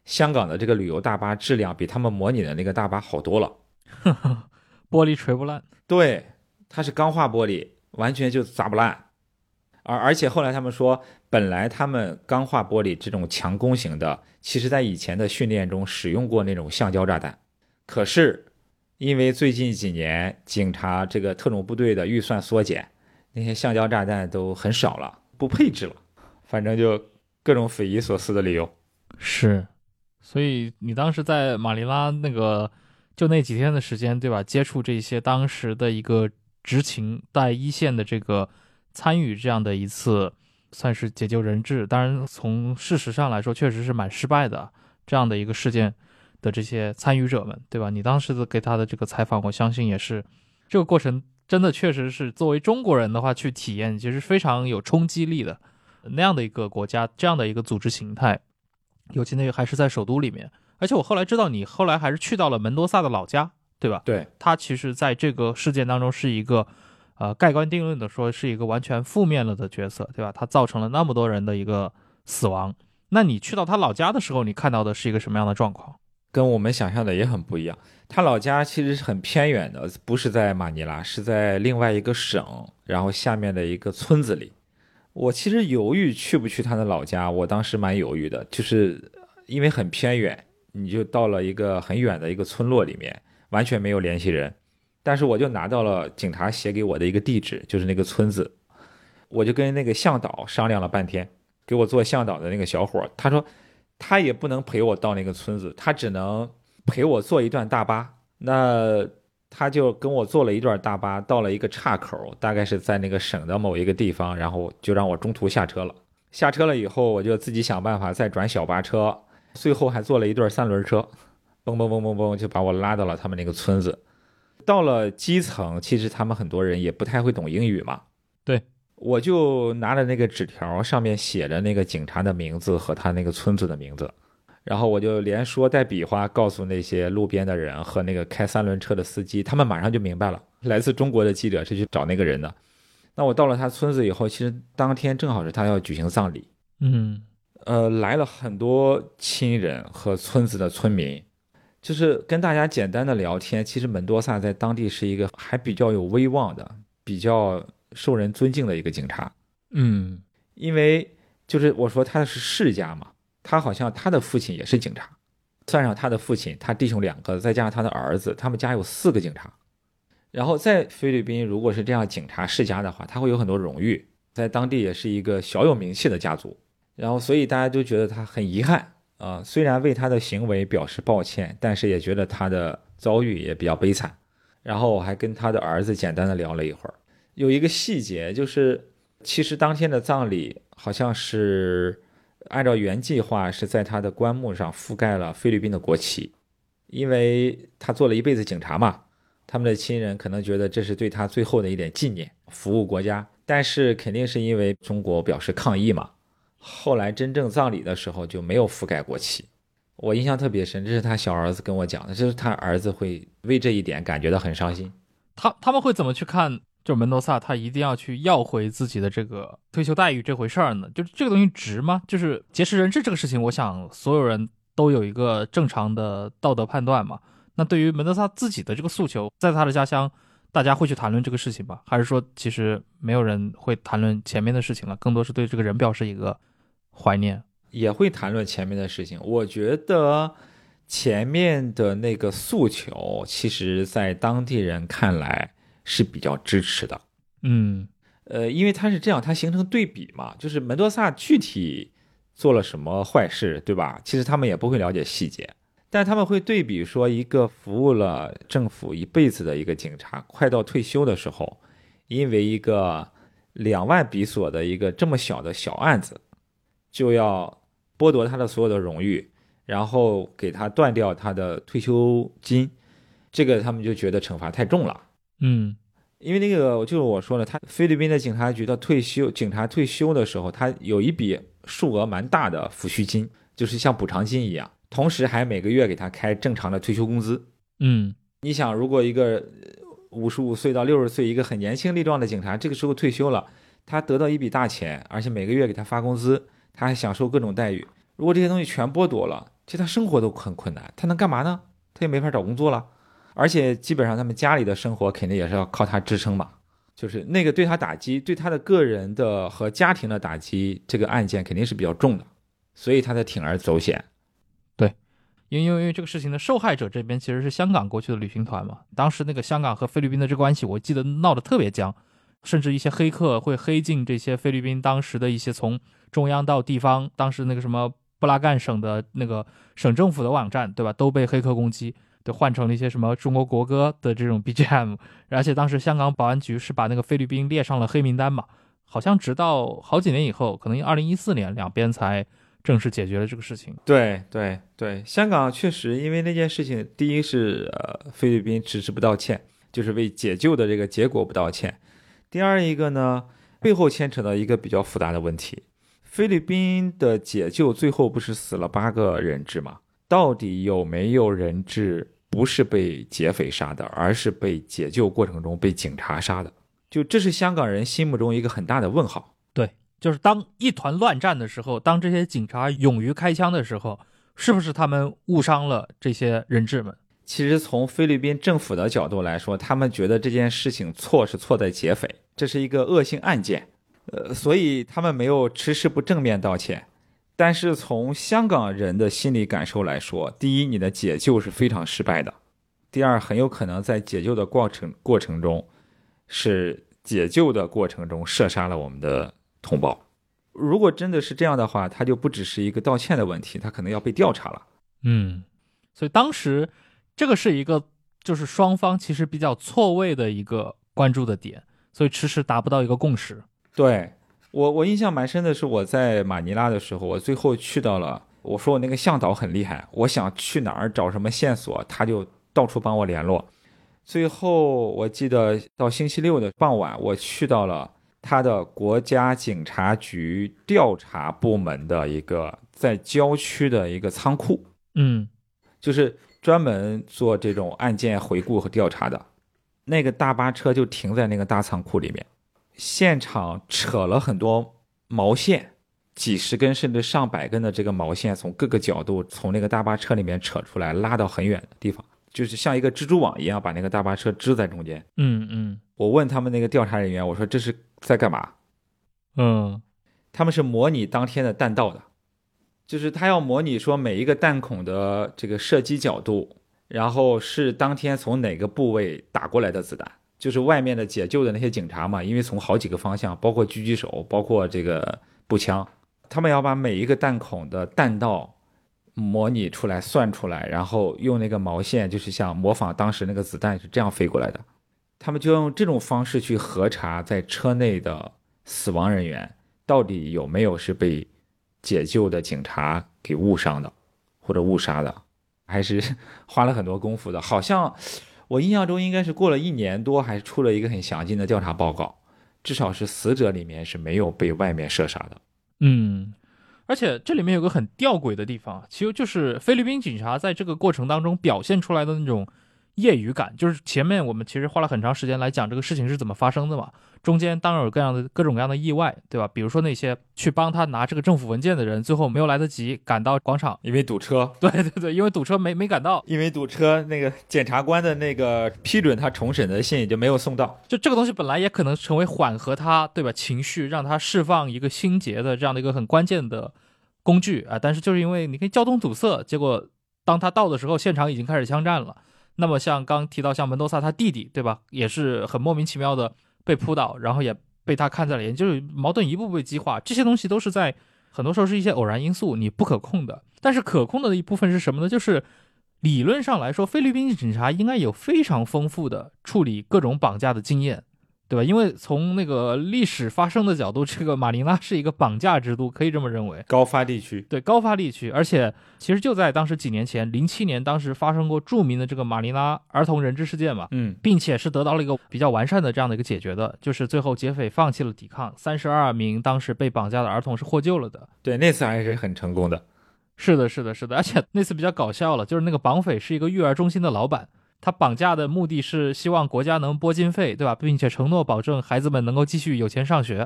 C: 香港的这个旅游大巴质量比他们模拟的那个大巴好多了，
B: 玻璃锤不烂。
C: 对，它是钢化玻璃，完全就砸不烂。而且后来他们说，本来他们钢化玻璃这种强攻型的，其实在以前的训练中使用过那种橡胶炸弹，可是因为最近几年警察这个特种部队的预算缩减，那些橡胶炸弹都很少了，不配置了，反正就各种匪夷所思的理由。
B: 是，所以你当时在马尼拉就那几天的时间，对吧？接触这些当时的一个执勤在一线的这个参与这样的一次算是解救人质，当然从事实上来说确实是蛮失败的这样的一个事件的这些参与者们，对吧？你当时给他的这个采访，我相信也是这个过程真的确实是作为中国人的话去体验，其实非常有冲击力的。那样的一个国家，这样的一个组织形态，尤其那个还是在首都里面。而且我后来知道你后来还是去到了门多萨的老家，对吧？
C: 对，
B: 他其实在这个事件当中是一个盖棺定论的说是一个完全负面了的角色，对吧？他造成了那么多人的一个死亡。那你去到他老家的时候，你看到的是一个什么样的状况？
C: 跟我们想象的也很不一样。他老家其实是很偏远的，不是在马尼拉，是在另外一个省，然后下面的一个村子里。我其实犹豫去不去他的老家，我当时蛮犹豫的，就是因为很偏远，你就到了一个很远的一个村落里面，完全没有联系人。但是我就拿到了警察写给我的一个地址，就是那个村子。我就跟那个向导商量了半天，给我做向导的那个小伙，他说他也不能陪我到那个村子，他只能陪我坐一段大巴。那他就跟我坐了一段大巴，到了一个岔口，大概是在那个省的某一个地方，然后就让我中途下车了。下车了以后，我就自己想办法再转小巴车，最后还坐了一段三轮车，蹦蹦蹦蹦蹦就把我拉到了他们那个村子。到了基层，其实他们很多人也不太会懂英语嘛。
B: 对，
C: 我就拿着那个纸条，上面写着那个警察的名字和他那个村子的名字，然后我就连说带比划告诉那些路边的人和那个开三轮车的司机，他们马上就明白了，来自中国的记者是去找那个人的。那我到了他村子以后，其实当天正好是他要举行葬礼，来了很多亲人和村子的村民，就是跟大家简单的聊天。其实门多萨在当地是一个还比较有威望的、比较受人尊敬的一个警察。因为就是我说他是世家嘛，他好像他的父亲也是警察，算上他的父亲，他弟兄2个，再加上他的儿子，他们家有4个警察。然后在菲律宾，如果是这样警察世家的话，他会有很多荣誉，在当地也是一个小有名气的家族。然后所以大家都觉得他很遗憾啊，虽然为他的行为表示抱歉，但是也觉得他的遭遇也比较悲惨。然后我还跟他的儿子简单的聊了一会儿，有一个细节就是，其实当天的葬礼好像是按照原计划是在他的棺木上覆盖了菲律宾的国旗，因为他做了一辈子警察嘛，他们的亲人可能觉得这是对他最后的一点纪念，服务国家。但是肯定是因为中国表示抗议嘛，后来真正葬礼的时候就没有覆盖国旗。我印象特别深，这是他小儿子跟我讲的，就是他儿子会为这一点感觉到很伤心。
B: 他们会怎么去看？就门多萨他一定要去要回自己的这个退休待遇这回事儿呢？就是这个东西值吗？就是劫持人质这个事情，我想所有人都有一个正常的道德判断嘛。那对于门多萨自己的这个诉求，在他的家乡，大家会去谈论这个事情吧？还是说其实没有人会谈论前面的事情了，更多是对这个人表示一个怀念？
C: 也会谈论前面的事情。我觉得前面的那个诉求，其实在当地人看来是比较支持的。因为它是这样，它形成对比嘛，就是门多萨具体做了什么坏事，对吧？其实他们也不会了解细节，但他们会对比说，一个服务了政府一辈子的一个警察，快到退休的时候，因为一个2万比索的一个这么小的小案子，就要剥夺他的所有的荣誉，然后给他断掉他的退休金，这个他们就觉得惩罚太重了。因为那个就是我说了，他菲律宾的警察局的警察退休的时候，他有一笔数额蛮大的抚恤金，就是像补偿金一样，同时还每个月给他开正常的退休工资。你想，如果一个55岁到60岁一个很年轻力壮的警察，这个时候退休了，他得到一笔大钱，而且每个月给他发工资，他还享受各种待遇。 如果这些东西全剥夺了，其实他生活都很困难，他能干嘛呢？他也没法找工作了，而且基本上他们家里的生活肯定也是要靠他支撑嘛。就是那个对他打击，对他的个人的和家庭的打击，这个案件肯定是比较重的，所以他才铤而走险。
B: 对，因为这个事情的受害者这边其实是香港过去的旅行团嘛，当时那个香港和菲律宾的这关系，我记得闹得特别僵，甚至一些黑客会黑进这些菲律宾当时的一些从中央到地方，当时那个什么布拉干省的那个省政府的网站，对吧，都被黑客攻击，对，换成了一些什么中国国歌的这种 BGM， 而且当时香港保安局是把那个菲律宾列上了黑名单嘛，好像直到好几年以后，可能2014年两边才正式解决了这个事情。
C: 对对对，香港确实因为那件事情，第一是菲律宾迟迟不道歉，就是为解救的这个结果不道歉。第二一个呢，背后牵扯到一个比较复杂的问题，菲律宾的解救最后不是死了8个人质吗？到底有没有人质不是被劫匪杀的，而是被解救过程中被警察杀的？就这是香港人心目中一个很大的问号。
B: 对，就是当一团乱战的时候，当这些警察勇于开枪的时候，是不是他们误伤了这些人质们？
C: 其实从菲律宾政府的角度来说，他们觉得这件事情错是错在劫匪，这是一个恶性案件，所以他们没有迟迟不正面道歉。但是从香港人的心理感受来说，第一，你的解救是非常失败的；第二，很有可能在解救的过程中射杀了我们的同胞。如果真的是这样的话，他就不只是一个道歉的问题，他可能要被调查了。
B: 所以当时这个是一个就是双方其实比较错位的一个关注的点，所以迟迟达不到一个共识。
C: 对，我印象蛮深的是，我在马尼拉的时候，我最后去到了，我说我那个向导很厉害，我想去哪儿找什么线索，他就到处帮我联络。最后我记得到星期六的傍晚，我去到了他的国家警察局调查部门的一个在郊区的一个仓库，就是专门做这种案件回顾和调查的。那个大巴车就停在那个大仓库里面，现场扯了很多毛线，几十根甚至上百根的这个毛线从各个角度从那个大巴车里面扯出来，拉到很远的地方，就是像一个蜘蛛网一样把那个大巴车支在中间。我问他们那个调查人员，我说这是在干嘛？他们是模拟当天的弹道的，就是他要模拟说每一个弹孔的这个射击角度，然后是当天从哪个部位打过来的子弹。就是外面的解救的那些警察嘛，因为从好几个方向，包括狙击手，包括这个步枪，他们要把每一个弹孔的弹道模拟出来算出来，然后用那个毛线就是像模仿当时那个子弹是这样飞过来的。他们就用这种方式去核查在车内的死亡人员到底有没有是被解救的警察给误伤的或者误杀的，还是花了很多功夫的。好像我印象中应该是过了1年多，还出了一个很详尽的调查报告，至少是死者里面是没有被外面射杀的。
B: 而且这里面有个很吊诡的地方，其实就是菲律宾警察在这个过程当中表现出来的那种业余感，就是前面我们其实花了很长时间来讲这个事情是怎么发生的嘛，中间当然有各种各样的意外，对吧？比如说那些去帮他拿这个政府文件的人，最后没有来得及赶到广场，
C: 因为堵车。
B: 对，因为堵车没赶到，
C: 因为堵车，那个检察官的那个批准他重审的信就没有送到。
B: 就这个东西本来也可能成为缓和他，对吧，情绪，让他释放一个心结的这样的一个很关键的工具啊，但是就是因为你可以交通堵塞，结果当他到的时候，现场已经开始枪战了。那么像刚提到像门多萨他弟弟，对吧，也是很莫名其妙的被扑倒，然后也被他看在了眼，就是矛盾一步步被激化，这些东西都是在很多时候是一些偶然因素，你不可控的。但是可控的一部分是什么呢？就是理论上来说，菲律宾警察应该有非常丰富的处理各种绑架的经验，对吧？因为从那个历史发生的角度，这个马尼拉是一个绑架之都，可以这么认为，
C: 高发地区。
B: 对，高发地区。而且其实就在当时几年前，07年当时发生过著名的这个马尼拉儿童人质事件嘛，并且是得到了一个比较完善的这样的一个解决的，就是最后劫匪放弃了抵抗，32名当时被绑架的儿童是获救了的。
C: 对，那次还是很成功的。
B: 是的，而且那次比较搞笑了，就是那个绑匪是一个育儿中心的老板，他绑架的目的是希望国家能拨经费，对吧，并且承诺保证孩子们能够继续有钱上学。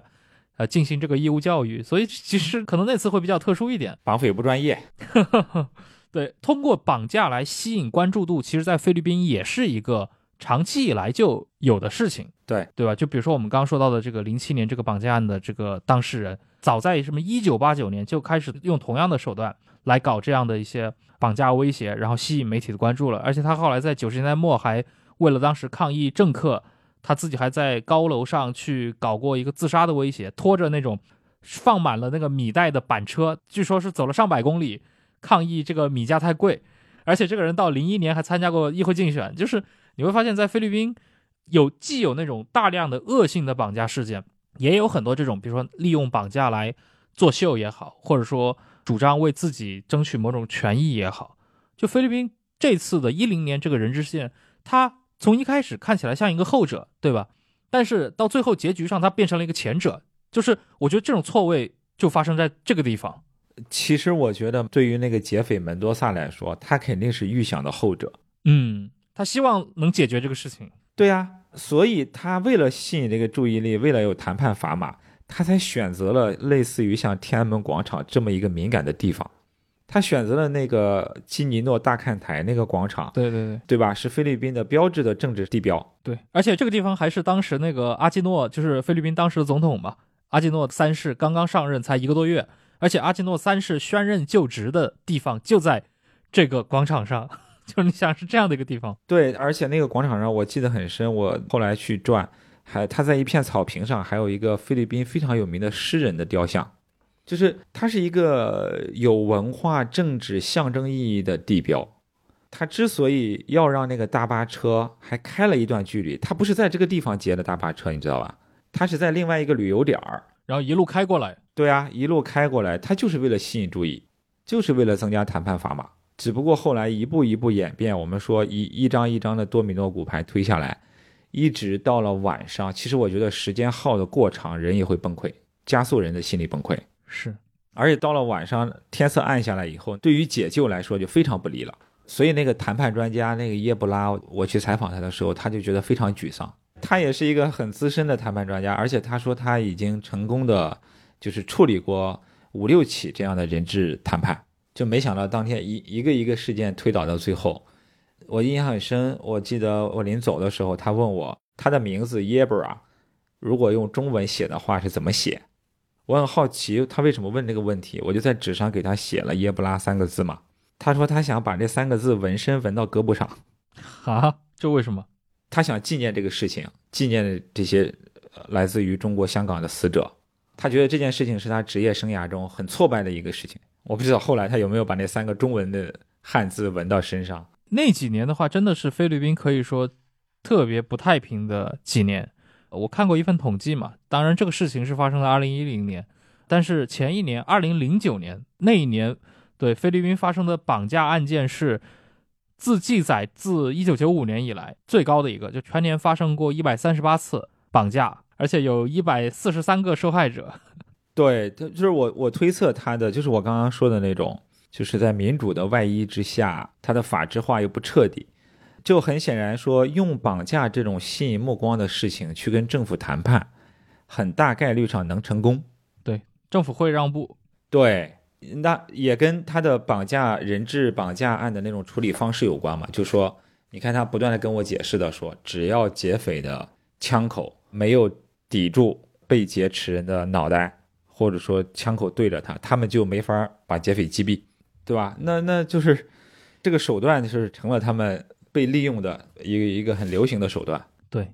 B: 进行这个义务教育，所以其实可能那次会比较特殊一点。
C: 绑匪不专业。
B: 对，通过绑架来吸引关注度，其实在菲律宾也是一个长期以来就有的事情，对吧？就比如说我们刚刚说到的这个07年这个绑架案的这个当事人，早在什么1989年就开始用同样的手段来搞这样的一些绑架威胁，然后吸引媒体的关注了。而且他后来在90年代末还为了当时抗议政客，他自己还在高楼上去搞过一个自杀的威胁，拖着那种放满了那个米袋的板车，据说是走了上百公里抗议这个米价太贵。而且这个人到01年还参加过议会竞选。就是你会发现在菲律宾既有那种大量的恶性的绑架事件，也有很多这种比如说利用绑架来作秀也好，或者说主张为自己争取某种权益也好。就菲律宾这次的10年这个人质事件，它从一开始看起来像一个后者，对吧？但是到最后结局上它变成了一个前者，就是我觉得这种错位就发生在这个地方。
C: 其实我觉得对于那个劫匪门多萨来说，他肯定是预想的后者。
B: 他希望能解决这个事情。
C: 对啊，所以他为了吸引这个注意力，为了有谈判砝码，他才选择了类似于像天安门广场这么一个敏感的地方。他选择了那个基尼诺大看台那个广场，对吧？是菲律宾的标志的政治地标。
B: 对，而且这个地方还是当时那个阿基诺，就是菲律宾当时的总统嘛，阿基诺三世刚刚上任才1个多月，而且阿基诺三世宣任就职的地方就在这个广场上。就是你想是这样的一个地方。
C: 对，而且那个广场上我记得很深，我后来去转，他在一片草坪上还有一个菲律宾非常有名的诗人的雕像，就是它是一个有文化政治象征意义的地标。他之所以要让那个大巴车还开了一段距离，他不是在这个地方截的大巴车，你知道吧？他是在另外一个旅游点，
B: 然后一路开过来。
C: 对啊，一路开过来，他就是为了吸引注意，就是为了增加谈判砝码。只不过后来一步一步演变，我们说一张一张的多米诺骨牌推下来，一直到了晚上，其实我觉得时间耗得过长，人也会崩溃，加速人的心理崩溃。
B: 是，
C: 而且到了晚上，天色暗下来以后，对于解救来说就非常不利了。所以那个谈判专家那个耶布拉，我去采访他的时候，他就觉得非常沮丧。他也是一个很资深的谈判专家，而且他说他已经成功的就是处理过5、6起这样的人质谈判。就没想到当天一个一个事件推导到最后，我印象很深。我记得我临走的时候，他问我他的名字耶布拉如果用中文写的话是怎么写。我很好奇他为什么问这个问题，我就在纸上给他写了耶布拉3个字嘛。他说他想把这3个字纹身纹到胳膊上。
B: 这为什么？
C: 他想纪念这个事情，纪念这些来自于中国香港的死者。他觉得这件事情是他职业生涯中很挫败的一个事情。我不知道后来他有没有把那3个中文的汉字纹到身上。
B: 那几年的话，真的是菲律宾可以说特别不太平的几年。我看过一份统计嘛，当然这个事情是发生在2010年，但是前一年2009年那一年，对菲律宾发生的绑架案件是自记载自1995年以来最高的一个，就全年发生过138次绑架，而且有143个受害者。
C: 对，就是我推测他的就是我刚刚说的那种，就是在民主的外衣之下，他的法制化又不彻底，就很显然说用绑架这种吸引目光的事情去跟政府谈判，很大概率上能成功。
B: 对，政府会让步。
C: 对，那也跟他的人质绑架案的那种处理方式有关嘛，就说你看他不断的跟我解释的说，只要劫匪的枪口没有抵住被劫持人的脑袋，或者说枪口对着他，他们就没法把劫匪击毙，对吧？那就是这个手段就是成了他们被利用的一个很流行的手段。
B: 对，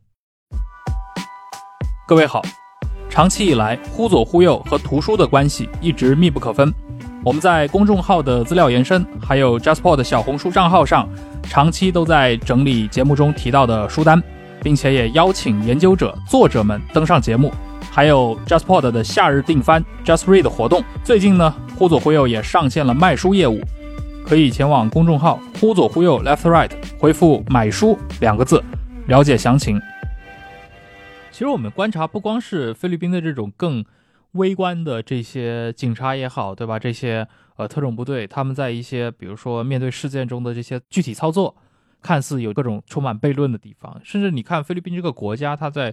B: 各位好，长期以来忽左忽右和图书的关系一直密不可分。我们在公众号的资料延伸，还有 JustPod 的小红书账号上，长期都在整理节目中提到的书单，并且也邀请研究者、作者们登上节目。还有 JustPod 的夏日订番 Just Read 活动，最近呢，忽左忽右也上线了卖书业务，可以前往公众号忽左忽右 Left Right 回复买书2个字了解详情。其实我们观察不光是菲律宾的这种更微观的这些警察也好，对吧？这些特种部队，他们在一些比如说面对事件中的这些具体操作，看似有各种充满悖论的地方。甚至你看菲律宾这个国家，它在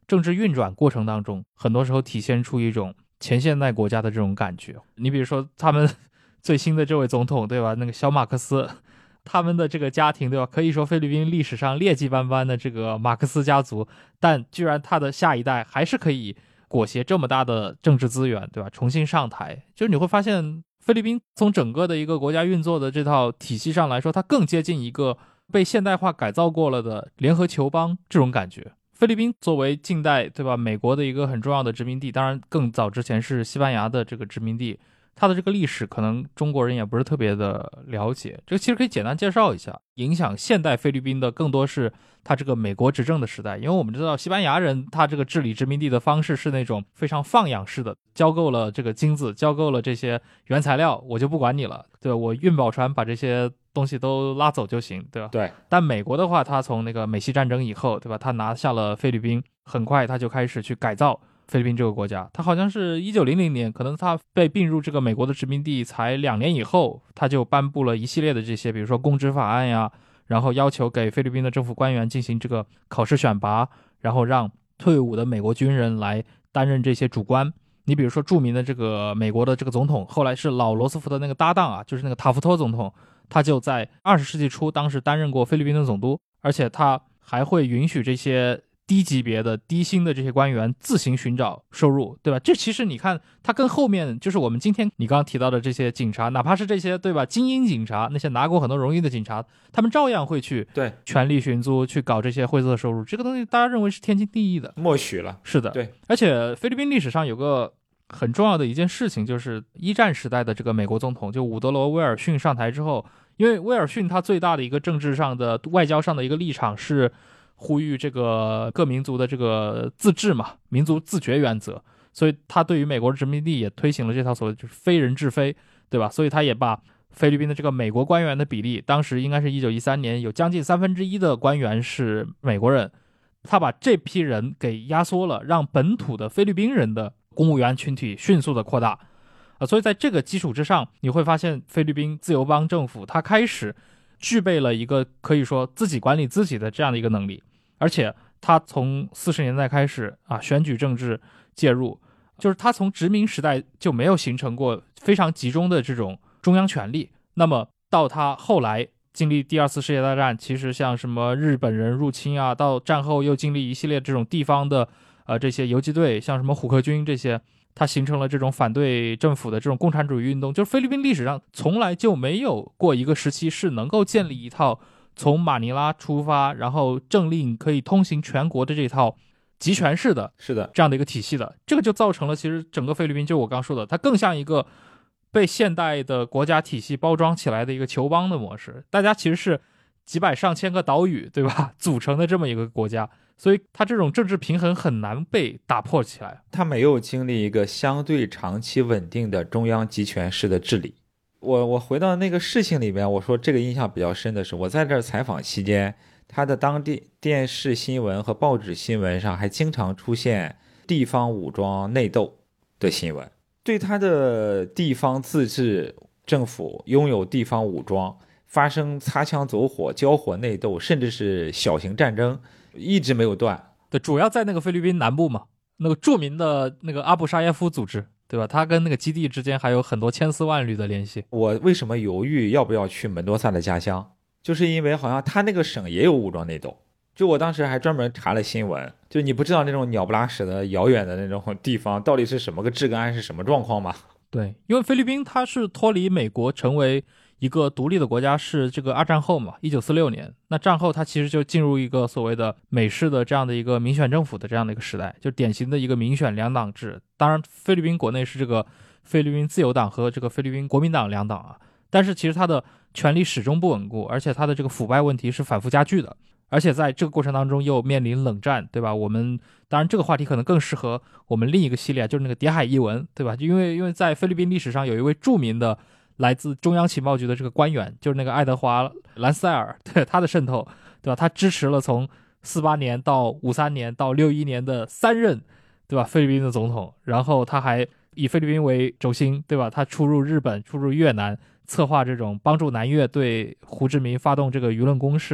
B: 政治运转过程当中，很多时候体现出一种前现代国家的这种感觉。你比如说他们最新的这位总统，对吧？那个小马克思，他们的这个家庭，对吧？可以说菲律宾历史上劣迹斑斑的这个马克思家族，但居然他的下一代还是可以裹挟这么大的政治资源，对吧？重新上台，就是你会发现菲律宾从整个的一个国家运作的这套体系上来说，它更接近一个被现代化改造过了的联合酋邦这种感觉。菲律宾作为近代，对吧，美国的一个很重要的殖民地，当然更早之前是西班牙的这个殖民地，它的这个历史可能中国人也不是特别的了解，这个其实可以简单介绍一下。影响现代菲律宾的更多是它这个美国执政的时代，因为我们知道西班牙人他这个治理殖民地的方式是那种非常放养式的，交够了这个金子，交够了这些原材料，我就不管你了，对吧？我运宝船把这些东西都拉走就行，对吧？
C: 对。
B: 但美国的话，他从那个美西战争以后，对吧？他拿下了菲律宾，很快他就开始去改造菲律宾这个国家。他好像是1900年，可能他被并入这个美国的殖民地才2年以后，他就颁布了一系列的这些，比如说公职法案呀，然后要求给菲律宾的政府官员进行这个考试选拔，然后让退伍的美国军人来担任这些主官。你比如说著名的这个美国的这个总统，后来是老罗斯福的那个搭档啊，就是那个塔夫托总统，他就在20世纪初当时担任过菲律宾的总督，而且他还会允许这些低级别的低薪的这些官员自行寻找收入，对吧？这其实你看他跟后面就是我们今天你刚刚提到的这些警察，哪怕是这些，对吧，精英警察，那些拿过很多荣誉的警察，他们照样会去
C: 对
B: 权力寻租，去搞这些灰色收入，这个东西大家认为是天经地义的，
C: 默许了。
B: 是的，
C: 对。
B: 而且菲律宾历史上有个很重要的一件事情，就是一战时代的这个美国总统就伍德罗·威尔逊上台之后，因为威尔逊他最大的一个政治上的外交上的一个立场是呼吁这个各民族的这个自治嘛，民族自决原则，所以他对于美国的殖民地也推行了这套所谓就是非人治非，对吧？所以他也把菲律宾的这个美国官员的比例，当时应该是1913年有将近1/3的官员是美国人，他把这批人给压缩了，让本土的菲律宾人的公务员群体迅速的扩大。所以在这个基础之上，你会发现菲律宾自由邦政府它开始具备了一个可以说自己管理自己的这样的一个能力，而且它从40年代开始选举政治介入，就是它从殖民时代就没有形成过非常集中的这种中央权力。那么到它后来经历第2次世界大战，其实像什么日本人入侵啊，到战后又经历一系列这种地方的这些游击队，像什么虎克军这些，它形成了这种反对政府的这种共产主义运动。就是菲律宾历史上从来就没有过一个时期是能够建立一套从马尼拉出发，然后政令可以通行全国的这套集权式的这样的一个体系的。这个就造成了其实整个菲律宾就我刚说的，它更像一个被现代的国家体系包装起来的一个酋邦的模式，大家其实是几百上千个岛屿，对吧，组成的这么一个国家，所以它这种政治平衡很难被打破起来。
C: 它没有经历一个相对长期稳定的中央集权式的治理。我回到那个事情里边，我说这个印象比较深的是，我在这儿采访期间，他的当地电视新闻和报纸新闻上还经常出现地方武装内斗的新闻，对他的地方自治政府拥有地方武装，发生擦枪走火、交火内斗，甚至是小型战争，一直没有断。
B: 对，主要在那个菲律宾南部嘛，那个著名的那个阿布沙耶夫组织，对吧？他跟那个基地之间还有很多千丝万缕的联系。
C: 我为什么犹豫要不要去门多萨的家乡，就是因为好像他那个省也有武装内斗。就我当时还专门查了新闻，就你不知道那种鸟不拉屎的遥远的那种地方到底是什么个治安，是什么状况吗？
B: 对，因为菲律宾它是脱离美国成为一个独立的国家是这个2战后嘛，1946年，那战后它其实就进入一个所谓的美式的这样的一个民选政府的这样的一个时代，就典型的一个民选两党制。当然菲律宾国内是这个菲律宾自由党和这个菲律宾国民党两党啊，但是其实它的权力始终不稳固，而且它的这个腐败问题是反复加剧的，而且在这个过程当中又面临冷战，对吧？我们当然这个话题可能更适合我们另一个系列，就是那个谍海译文，对吧？因为在菲律宾历史上有一位著名的来自中央情报局的这个官员，就是那个爱德华·兰塞尔，对他的渗透，对吧？他支持了从48年到53年到61年的3任，对吧？菲律宾的总统，然后他还以菲律宾为轴心，对吧？他出入日本，出入越南，策划这种帮助南越对胡志明发动这个舆论攻势。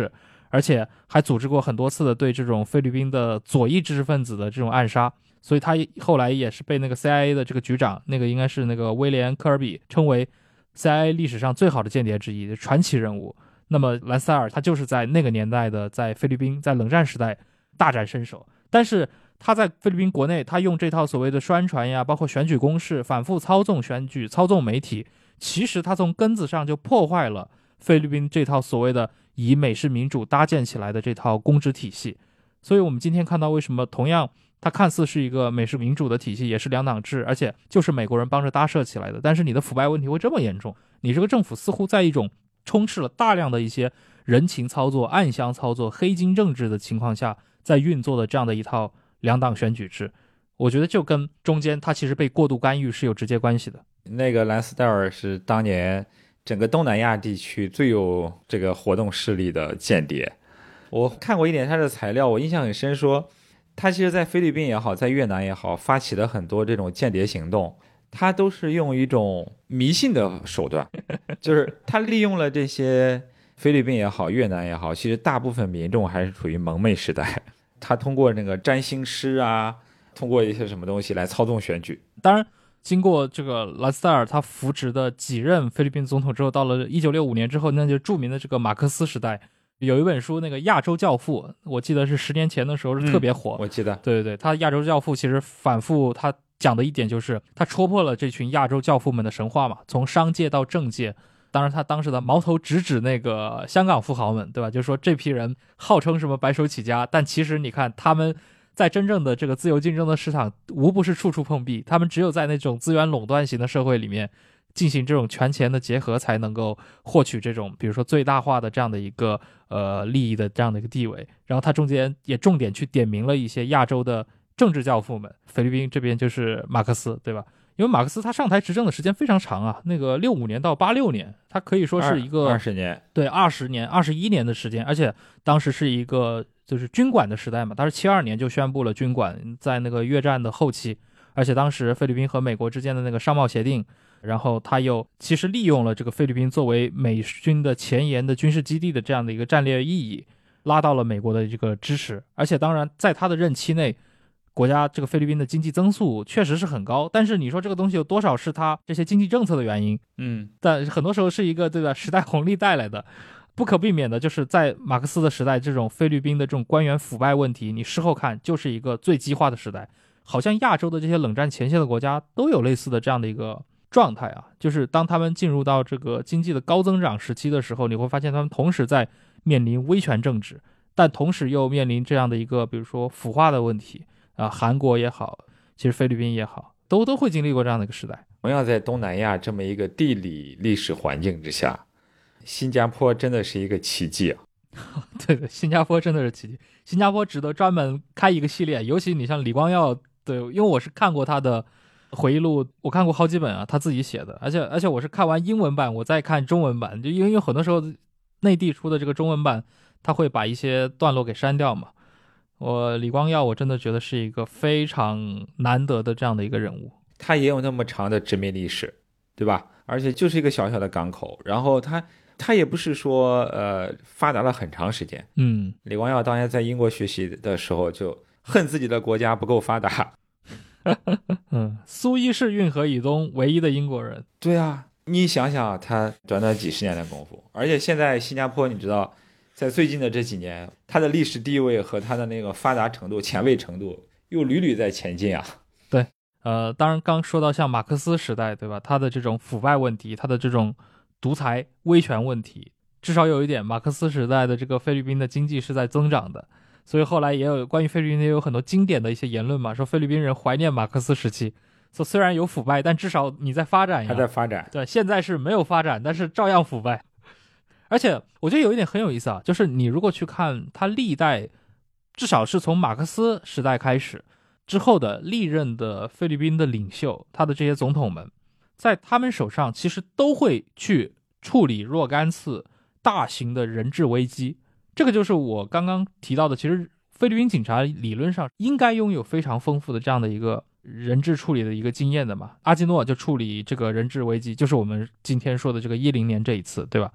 B: 而且还组织过很多次的对这种菲律宾的左翼知识分子的这种暗杀，所以他后来也是被那个 CIA 的这个局长，那个应该是那个威廉科尔比，称为 CIA 历史上最好的间谍之一，传奇人物。那么兰斯戴尔他就是在那个年代的，在菲律宾在冷战时代大展身手，但是他在菲律宾国内，他用这套所谓的宣传呀，包括选举攻势，反复操纵选举，操纵媒体，其实他从根子上就破坏了菲律宾这套所谓的以美式民主搭建起来的这套公职体系。所以我们今天看到为什么同样它看似是一个美式民主的体系，也是两党制，而且就是美国人帮着搭设起来的，但是你的腐败问题会这么严重，你这个政府似乎在一种充斥了大量的一些人情操作、暗箱操作、黑金政治的情况下在运作的这样的一套两党选举制，我觉得就跟中间它其实被过度干预是有直接关系的。
C: 那个兰斯戴尔是当年整个东南亚地区最有这个活动势力的间谍。我看过一点他的材料，我印象很深，说他其实在菲律宾也好，在越南也好，发起了很多这种间谍行动，他都是用一种迷信的手段，就是他利用了这些菲律宾也好，越南也好，其实大部分民众还是处于蒙昧时代，他通过那个占星师啊，通过一些什么东西来操纵选举。
B: 当然经过这个兰斯戴尔他扶植的几任菲律宾总统之后，到了1965年之后，那就著名的这个马克思时代，有一本书那个亚洲教父，我记得是10年前的时候是特别火，
C: 我记得，
B: 对对对，他亚洲教父其实反复他讲的一点就是他戳破了这群亚洲教父们的神话嘛，从商界到政界。当然他当时的矛头直指那个香港富豪们，对吧？就是说这批人号称什么白手起家，但其实你看他们在真正的这个自由竞争的市场无不是处处碰壁，他们只有在那种资源垄断型的社会里面进行这种权钱的结合，才能够获取这种比如说最大化的这样的一个利益的这样的一个地位。然后他中间也重点去点名了一些亚洲的政治教父们，菲律宾这边就是马克思，对吧？因为马克思他上台执政的时间非常长啊，那个65年到86年，他可以说是一个
C: 20年，
B: 对，20年21年的时间，而且当时是一个就是军管的时代嘛，他是72年就宣布了军管，在那个越战的后期，而且当时菲律宾和美国之间的那个商贸协定，然后他又其实利用了这个菲律宾作为美军的前沿的军事基地的这样的一个战略意义，拉到了美国的这个支持，而且当然在他的任期内，国家这个菲律宾的经济增速确实是很高，但是你说这个东西有多少是他这些经济政策的原因？但很多时候是一个对吧时代红利带来的，不可避免的就是在马克思的时代，这种菲律宾的这种官员腐败问题，你事后看就是一个最激化的时代。好像亚洲的这些冷战前线的国家都有类似的这样的一个状态啊，就是当他们进入到这个经济的高增长时期的时候，你会发现他们同时在面临威权政治，但同时又面临这样的一个比如说腐化的问题啊，韩国也好，其实菲律宾也好，都会经历过这样的一个时代。
C: 同样在东南亚这么一个地理历史环境之下，新加坡真的是一个奇迹啊！
B: 对对，新加坡真的是奇迹，新加坡值得专门开一个系列，尤其你像李光耀，对，因为我是看过他的回忆录，我看过好几本啊，他自己写的，而且我是看完英文版，我再看中文版，就因为有很多时候内地出的这个中文版，他会把一些段落给删掉嘛。李光耀我真的觉得是一个非常难得的这样的一个人物，
C: 他也有那么长的殖民历史，对吧？而且就是一个小小的港口，然后他也不是说发达了很长时间。李光耀当年在英国学习的时候就恨自己的国家不够发达。
B: 苏伊士运河以东唯一的英国人。
C: 对啊，你想想他短短几十年的功夫，而且现在新加坡你知道在最近的这几年，它的历史地位和它的那个发达程度、前卫程度又屡屡在前进啊。
B: 对，当然刚说到像马克思时代，对吧？他的这种腐败问题，他的这种独裁威权问题，至少有一点，马克思时代的这个菲律宾的经济是在增长的，所以后来也有关于菲律宾也有很多经典的一些言论嘛，说菲律宾人怀念马克思时期，说虽然有腐败，但至少你在发展呀，
C: 还在发展。
B: 对，现在是没有发展，但是照样腐败。而且我觉得有一点很有意思啊，就是你如果去看他历代，至少是从马克思时代开始之后的历任的菲律宾的领袖，他的这些总统们，在他们手上其实都会去处理若干次大型的人质危机。这个就是我刚刚提到的，其实菲律宾警察理论上应该拥有非常丰富的这样的一个人质处理的一个经验的嘛。阿基诺就处理这个人质危机，就是我们今天说的这个10年这一次，对吧？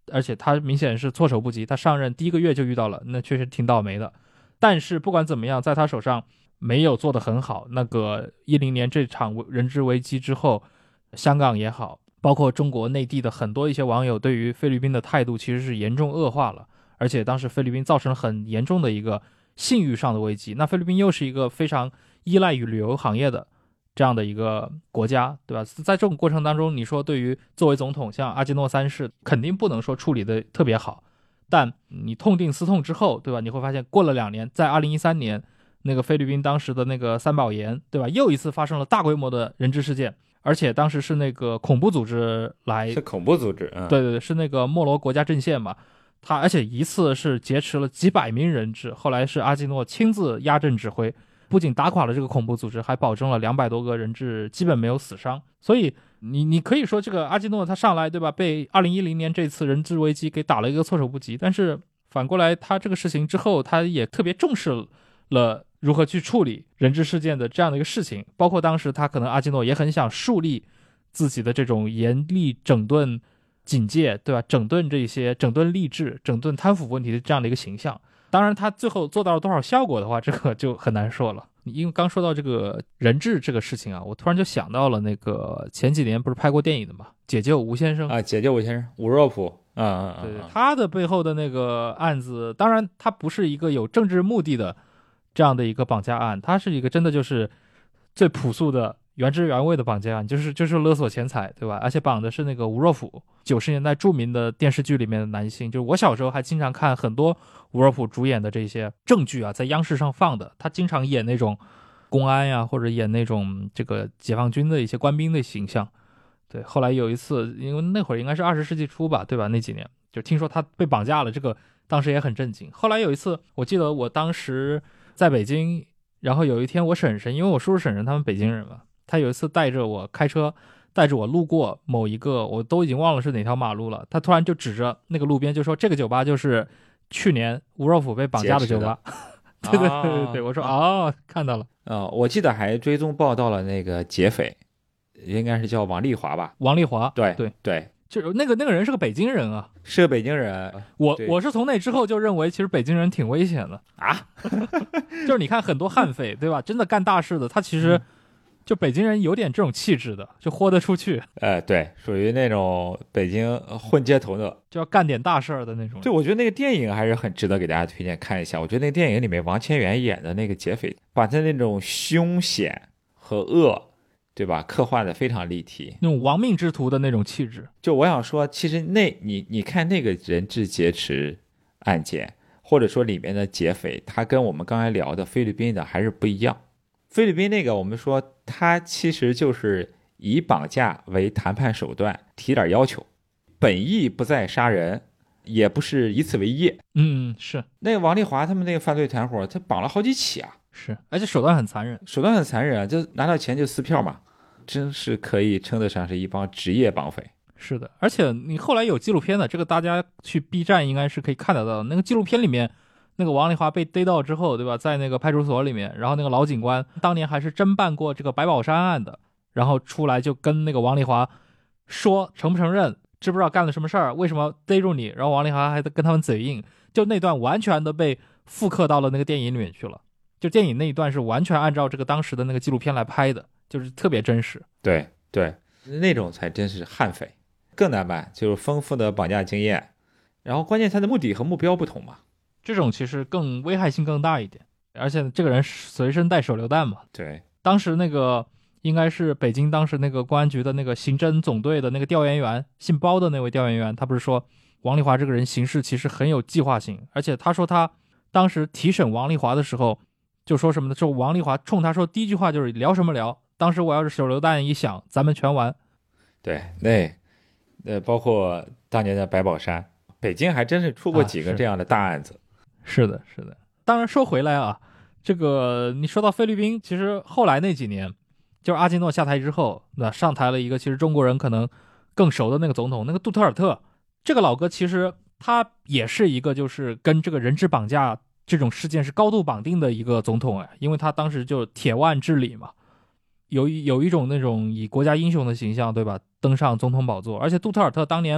B: 而且他明显是措手不及，他上任第1个月就遇到了，那确实挺倒霉的。但是不管怎么样，在他手上没有做得很好。那个10年这场人质危机之后，香港也好，包括中国内地的很多一些网友对于菲律宾的态度其实是严重恶化了，而且当时菲律宾造成了很严重的一个信誉上的危机。那菲律宾又是一个非常依赖于旅游行业的这样的一个国家，对吧？在这种过程当中，你说对于作为总统像阿基诺三世肯定不能说处理的特别好，但你痛定思痛之后，对吧？你会发现过了2年，在2013年那个菲律宾当时的那个三宝岩，对吧？又一次发生了大规模的人质事件，而且当时是那个恐怖组织来，
C: 是恐怖组织，
B: 对对对，是那个莫罗国家阵线嘛。他而且一次是劫持了几百名人质，后来是阿基诺亲自压阵指挥，不仅打垮了这个恐怖组织，还保证了200多个人质基本没有死伤。所以你可以说这个阿基诺他上来，对吧，被2010年这次人质危机给打了一个措手不及，但是反过来他这个事情之后，他也特别重视了如何去处理人质事件的这样的一个事情，包括当时他可能阿基诺也很想树立自己的这种严厉整顿警戒，对吧？整顿吏治、整顿贪腐问题的这样的一个形象。当然他最后做到了多少效果的话，这个就很难说了。因为刚说到这个人质这个事情啊，我突然就想到了那个前几年不是拍过电影的嘛，解救吴先生啊，
C: 解救吴先生，吴若甫，
B: 对，他的背后的那个案子，当然他不是一个有政治目的的这样的一个绑架案，他是一个真的就是最朴素的原汁原味的绑架案，就是勒索钱财，对吧？而且绑的是那个吴若甫，90年代著名的电视剧里面的男性，就是我小时候还经常看很多吴若甫主演的这些正剧啊，在央视上放的，他经常演那种公安呀，或者演那种这个解放军的一些官兵的形象。对，后来有一次，因为那会儿应该是20世纪初吧，对吧？那几年就听说他被绑架了，这个当时也很震惊。后来有一次，我记得我当时在北京，然后有一天我婶婶，因为我叔叔婶婶他们北京人嘛，他有一次带着我开车，带着我路过某一个，我都已经忘了是哪条马路了，他突然就指着那个路边就说，这个酒吧就是去年吴若甫被绑架的酒吧。对对对对对，我说看到了。
C: 我记得还追踪报道了那个劫匪，应该是叫王丽华吧？
B: 王丽华，
C: 对
B: 对
C: 对，
B: 就是那个人是个北京人啊，
C: 是个北京人。
B: 我是从那之后就认为，其实北京人挺危险的
C: 啊，
B: 就是你看很多悍匪，对吧？真的干大事的，他其实就北京人有点这种气质的，就豁得出去。
C: 对，属于那种北京混街头的，
B: 就要干点大事儿的那种。
C: 对，我觉得那个电影还是很值得给大家推荐看一下。我觉得那个电影里面王千源演的那个劫匪，把他那种凶险和恶，对吧，刻画的非常立体，
B: 那种亡命之徒的那种气质。
C: 就我想说，其实你看那个人质劫持案件，或者说里面的劫匪，他跟我们刚才聊的菲律宾的还是不一样。菲律宾那个我们说他其实就是以绑架为谈判手段，提点要求，本意不在杀人，也不是以此为业。
B: 是
C: 那个王丽华他们那个犯罪团伙，他绑了好几起啊，
B: 是，而且手段很残忍，
C: 啊，就拿到钱就撕票嘛，真是可以称得上是一帮职业绑匪。
B: 是的，而且你后来有纪录片的，这个大家去 B 站应该是可以看得到的。那个纪录片里面，那个王丽华被逮到之后，对吧，在那个派出所里面，然后那个老警官当年还是侦办过这个白宝山案的，然后出来就跟那个王丽华说承不承认，知不知道干了什么事儿，为什么逮住你，然后王丽华还跟他们嘴硬，就那段完全的被复刻到了那个电影里面去了。就电影那一段是完全按照这个当时的那个纪录片来拍的，就是特别真实。
C: 对对，那种才真是悍匪。更难办，就是丰富的绑架经验，然后关键他的目的和目标不同嘛，
B: 这种其实更危害性更大一点，而且这个人随身带手榴弹嘛。
C: 对，
B: 当时那个应该是北京当时那个公安局的那个刑侦总队的那个调研员，姓包的那位调研员，他不是说王丽华这个人行事其实很有计划性，而且他说他当时提审王丽华的时候就说什么呢？就王丽华冲他说第一句话就是聊什么聊，当时我要是手榴弹一响，咱们全完。
C: 对，包括当年的白宝山，北京还真是出过几个这样的大案子。
B: 是的，是的。当然说回来啊，这个你说到菲律宾，其实后来那几年，就是阿基诺下台之后，那上台了一个其实中国人可能更熟的那个总统，那个杜特尔特。这个老哥其实他也是一个就是跟这个人质绑架这种事件是高度绑定的一个总统，因为他当时就铁腕治理嘛。有一种那种以国家英雄的形象，对吧，登上总统宝座。而且杜特尔特当年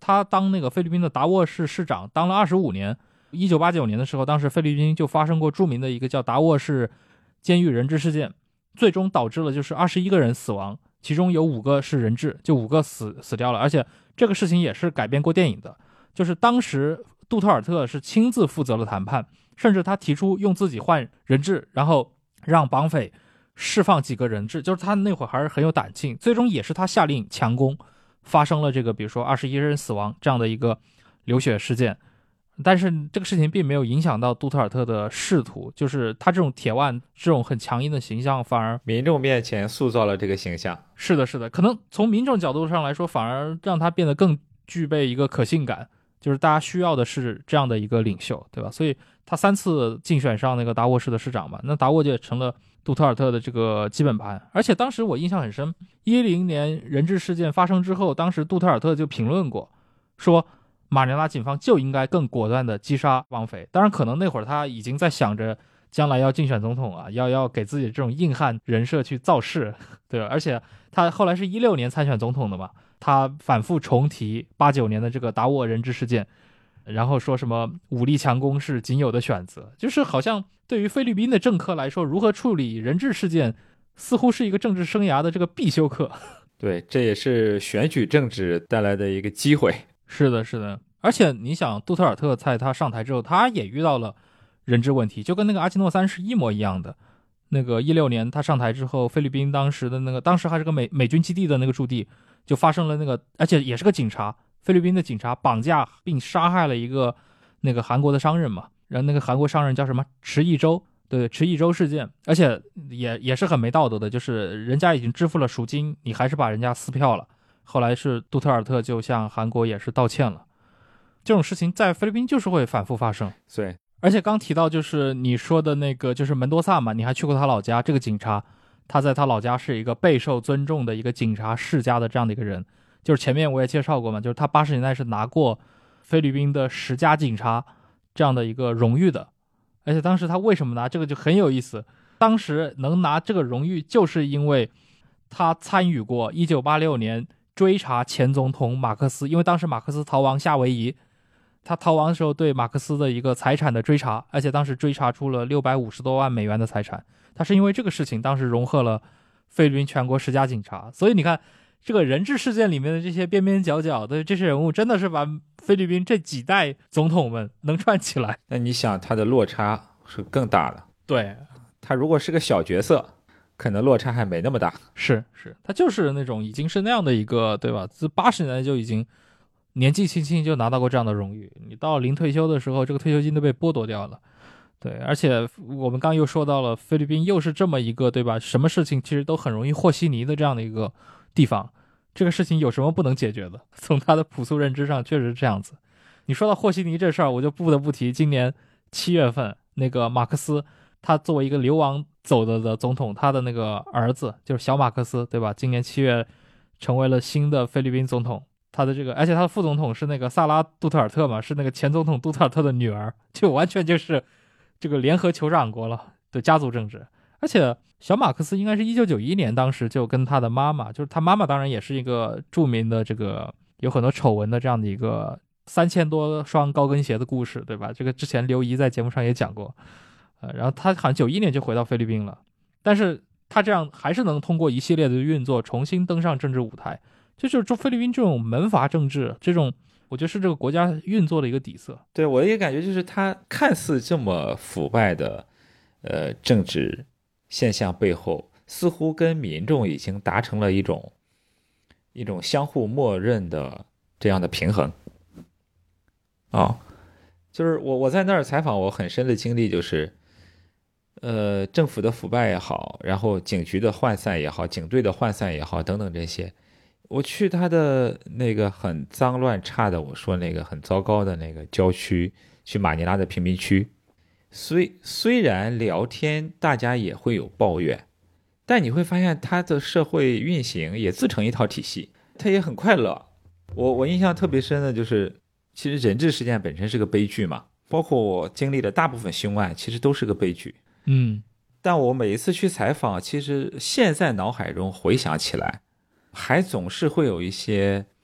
B: 他当那个菲律宾的达沃市市长当了25年。1989年的时候，当时菲律宾就发生过著名的一个叫达沃市监狱人质事件，最终导致了就是21个人死亡，其中有5个是人质，就5个死掉了。而且这个事情也是改编过电影的，就是当时杜特尔特是亲自负责了谈判，甚至他提出用自己换人质，然后让绑匪释放几个人质，就是他那会儿还是很有胆气。最终也是他下令强攻，发生了这个比如说21人死亡这样的一个流血事件。但是这个事情并没有影响到杜特尔特的仕途，就是他这种铁腕这种很强硬的形象反而
C: 民众面前塑造了这个形象。
B: 是的可能从民众角度上来说反而让他变得更具备一个可信感，就是大家需要的是这样的一个领袖，对吧？所以他3次竞选上那个达沃市的市长嘛，那达沃就成了杜特尔特的这个基本盘。而且当时我印象很深，10年人质事件发生之后，当时杜特尔特就评论过，说马尼拉警方就应该更果断地击杀绑匪。当然可能那会儿他已经在想着将来要竞选总统啊，要给自己这种硬汉人设去造势，对吧？而且他后来是16年参选总统的嘛，他反复重提89年的这个达沃人质事件，然后说什么武力强攻是仅有的选择，就是好像对于菲律宾的政客来说，如何处理人质事件似乎是一个政治生涯的这个必修课。
C: 对，这也是选举政治带来的一个机会。
B: 是的而且你想杜特尔特在他上台之后，他也遇到了人质问题，就跟那个阿基诺三是一模一样的。那个16年他上台之后，菲律宾当时还是个美军基地的那个驻地，就发生了而且也是个警察，菲律宾的警察绑架并杀害了一个那个韩国的商人嘛，然后那个韩国商人叫什么池义洲，对，池义洲事件。而且也是很没道德的，就是人家已经支付了赎金，你还是把人家撕票了。后来是杜特尔特就向韩国也是道歉了。这种事情在菲律宾就是会反复发生。
C: 对，
B: 而且刚提到就是你说的那个就是门多萨嘛，你还去过他老家，这个警察他在他老家是一个备受尊重的一个警察世家的这样的一个人，就是前面我也介绍过嘛，就是他80年代是拿过菲律宾的10佳警察这样的一个荣誉的。而且当时他为什么拿这个就很有意思，当时能拿这个荣誉就是因为他参与过1986年追查前总统马克思，因为当时马克思逃亡夏威夷，他逃亡的时候对马克思的一个财产的追查，而且当时追查出了650多万美元的财产。他是因为这个事情当时荣获了菲律宾全国10佳警察。所以你看这个人质事件里面的这些边边角角的这些人物，真的是把菲律宾这几代总统们能串起来。
C: 那你想他的落差是更大的。
B: 对，
C: 他如果是个小角色，可能落差还没那么大。
B: 是，他就是那种已经是那样的一个，对吧？自80年代就已经年纪轻轻就拿到过这样的荣誉，你到临退休的时候，这个退休金都被剥夺掉了。对，而且我们刚又说到了菲律宾又是这么一个，对吧？什么事情其实都很容易和稀泥的这样的一个地方，这个事情有什么不能解决的？从他的朴素认知上确实是这样子。你说到和稀泥这事儿，我就不得不提今年7月份那个马克思，他作为一个流亡走的总统，他的那个儿子就是小马克思，对吧？今年7月成为了新的菲律宾总统。他的这个，而且他的副总统是那个萨拉杜特尔特嘛，是那个前总统杜特尔特的女儿，就完全就是这个联合酋长国了的家族政治。而且小马克思应该是1991年当时就跟他的妈妈，就是他妈妈当然也是一个著名的这个有很多丑闻的这样的一个3000多双高跟鞋的故事，对吧？这个之前刘怡在节目上也讲过。然后他好像91年就回到菲律宾了，但是他这样还是能通过一系列的运作重新登上政治舞台。就是菲律宾这种门阀政治，这种我觉得是这个国家运作的一个底色。
C: 对，我也感觉就是他看似这么腐败的政治现象背后，似乎跟民众已经达成了一种相互默认的这样的平衡。就是我在那儿采访，我很深的经历就是，政府的腐败也好，然后警局的涣散也好，警队的涣散也好，等等这些。我去他的那个很脏乱差的，我说那个很糟糕的那个郊区，去马尼拉的贫民区，虽然聊天大家也会有抱怨，但你会发现他的社会运行也自成一套体系，他也很快乐。我印象特别深的就是，其实人质事件本身是个悲剧嘛，包括我经历的大部分凶案其实都是个悲剧。但我每一次去采访，其实现在脑海中回想起来，还总是会有一些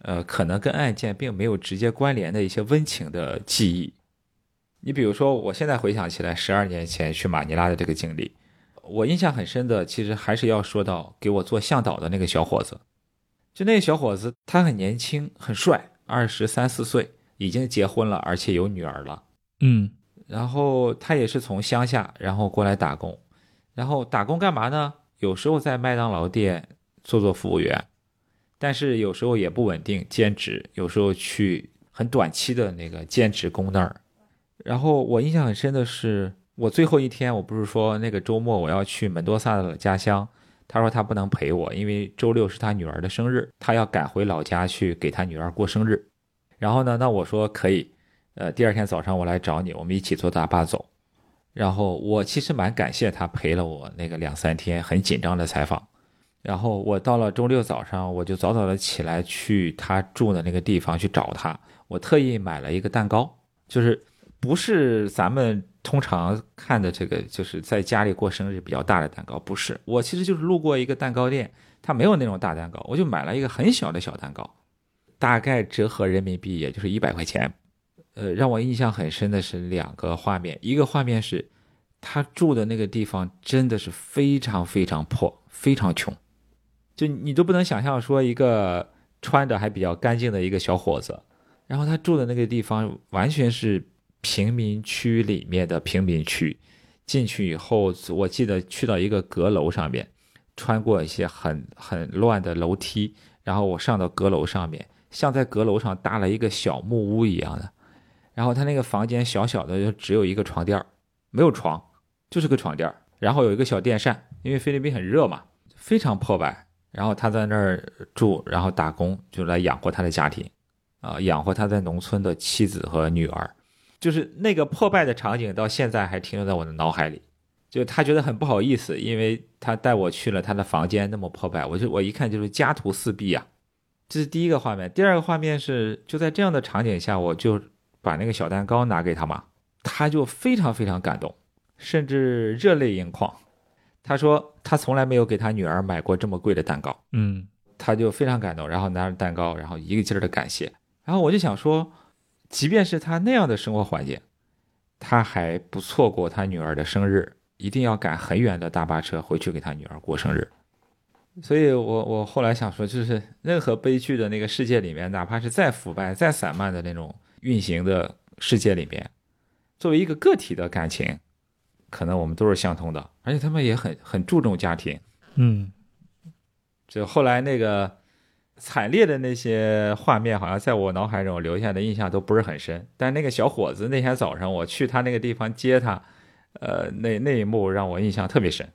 C: 可能跟案件并没有直接关联的一些温情的记忆。你比如说，我现在回想起来12年前去马尼拉的这个经历，我印象很深的，其实还是要说到给我做向导的那个小伙子。就那个小伙子，他很年轻，很帅，23、24岁，已经结婚了，而且有女儿了。然后他也是从乡下，然后过来打工。然后打工干嘛呢？有时候在麦当劳店做服务员，但是有时候也不稳定，兼职，有时候去很短期的那个兼职工那儿。然后我印象很深的是，我最后一天，我不是说那个周末我要去门多萨的家乡，他说他不能陪我，因为周六是他女儿的生日，他要赶回老家去给他女儿过生日。然后呢，那我说可以，第二天早上我来找你，我们一起坐大巴走。然后我其实蛮感谢他陪了我那个2、3天很紧张的采访。然后我到了周六早上，我就早早的起来去他住的那个地方去找他，我特意买了一个蛋糕，就是不是咱们通常看的这个就是在家里过生日比较大的蛋糕，不是，我其实就是路过一个蛋糕店，它没有那种大蛋糕，我就买了一个很小的小蛋糕，大概折合人民币也就是100块钱。让我印象很深的是2个画面，一个画面是他住的那个地方真的是非常非常破，非常穷，就你都不能想象说一个穿的还比较干净的一个小伙子，然后他住的那个地方完全是贫民区里面的贫民区。进去以后，我记得去到一个阁楼上面，穿过一些很乱的楼梯，然后我上到阁楼上面，像在阁楼上搭了一个小木屋一样的。然后他那个房间小小的，就只有一个床垫，没有床，就是个床垫，然后有一个小电扇，因为菲律宾很热嘛，非常破败。然后他在那儿住，然后打工，就来养活他的家庭，养活他在农村的妻子和女儿。就是那个破败的场景到现在还停留在我的脑海里，就他觉得很不好意思，因为他带我去了他的房间，那么破败，我一看就是家徒四壁啊。这是第一个画面。第二个画面是就在这样的场景下，我就把那个小蛋糕拿给他嘛，他就非常非常感动，甚至热泪盈眶。他说他从来没有给他女儿买过这么贵的蛋糕，他就非常感动，然后拿着蛋糕，然后一个劲儿的感谢。然后我就想说，即便是他那样的生活环境，他还不错过他女儿的生日，一定要赶很远的大巴车回去给他女儿过生日。所以我后来想说，就是任何悲剧的那个世界里面，哪怕是再腐败再散漫的那种运行的世界里面，作为一个个体的感情，可能我们都是相通的，而且他们也很注重家庭。就后来那个惨烈的那些画面，好像在我脑海中留下的印象都不是很深，但那个小伙子那天早上我去他那个地方接他，那一幕让我印象特别深。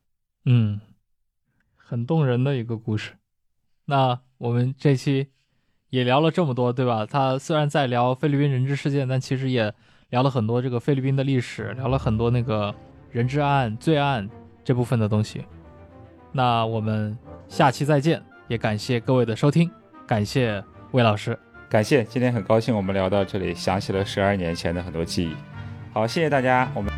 B: 很动人的一个故事。那我们这期也聊了这么多，对吧？他虽然在聊菲律宾人质事件，但其实也聊了很多这个菲律宾的历史，聊了很多那个人质案、罪案这部分的东西。那我们下期再见，也感谢各位的收听，感谢魏老师。
C: 感谢，今天很高兴我们聊到这里，想起了12年前的很多记忆。好，谢谢大家，我们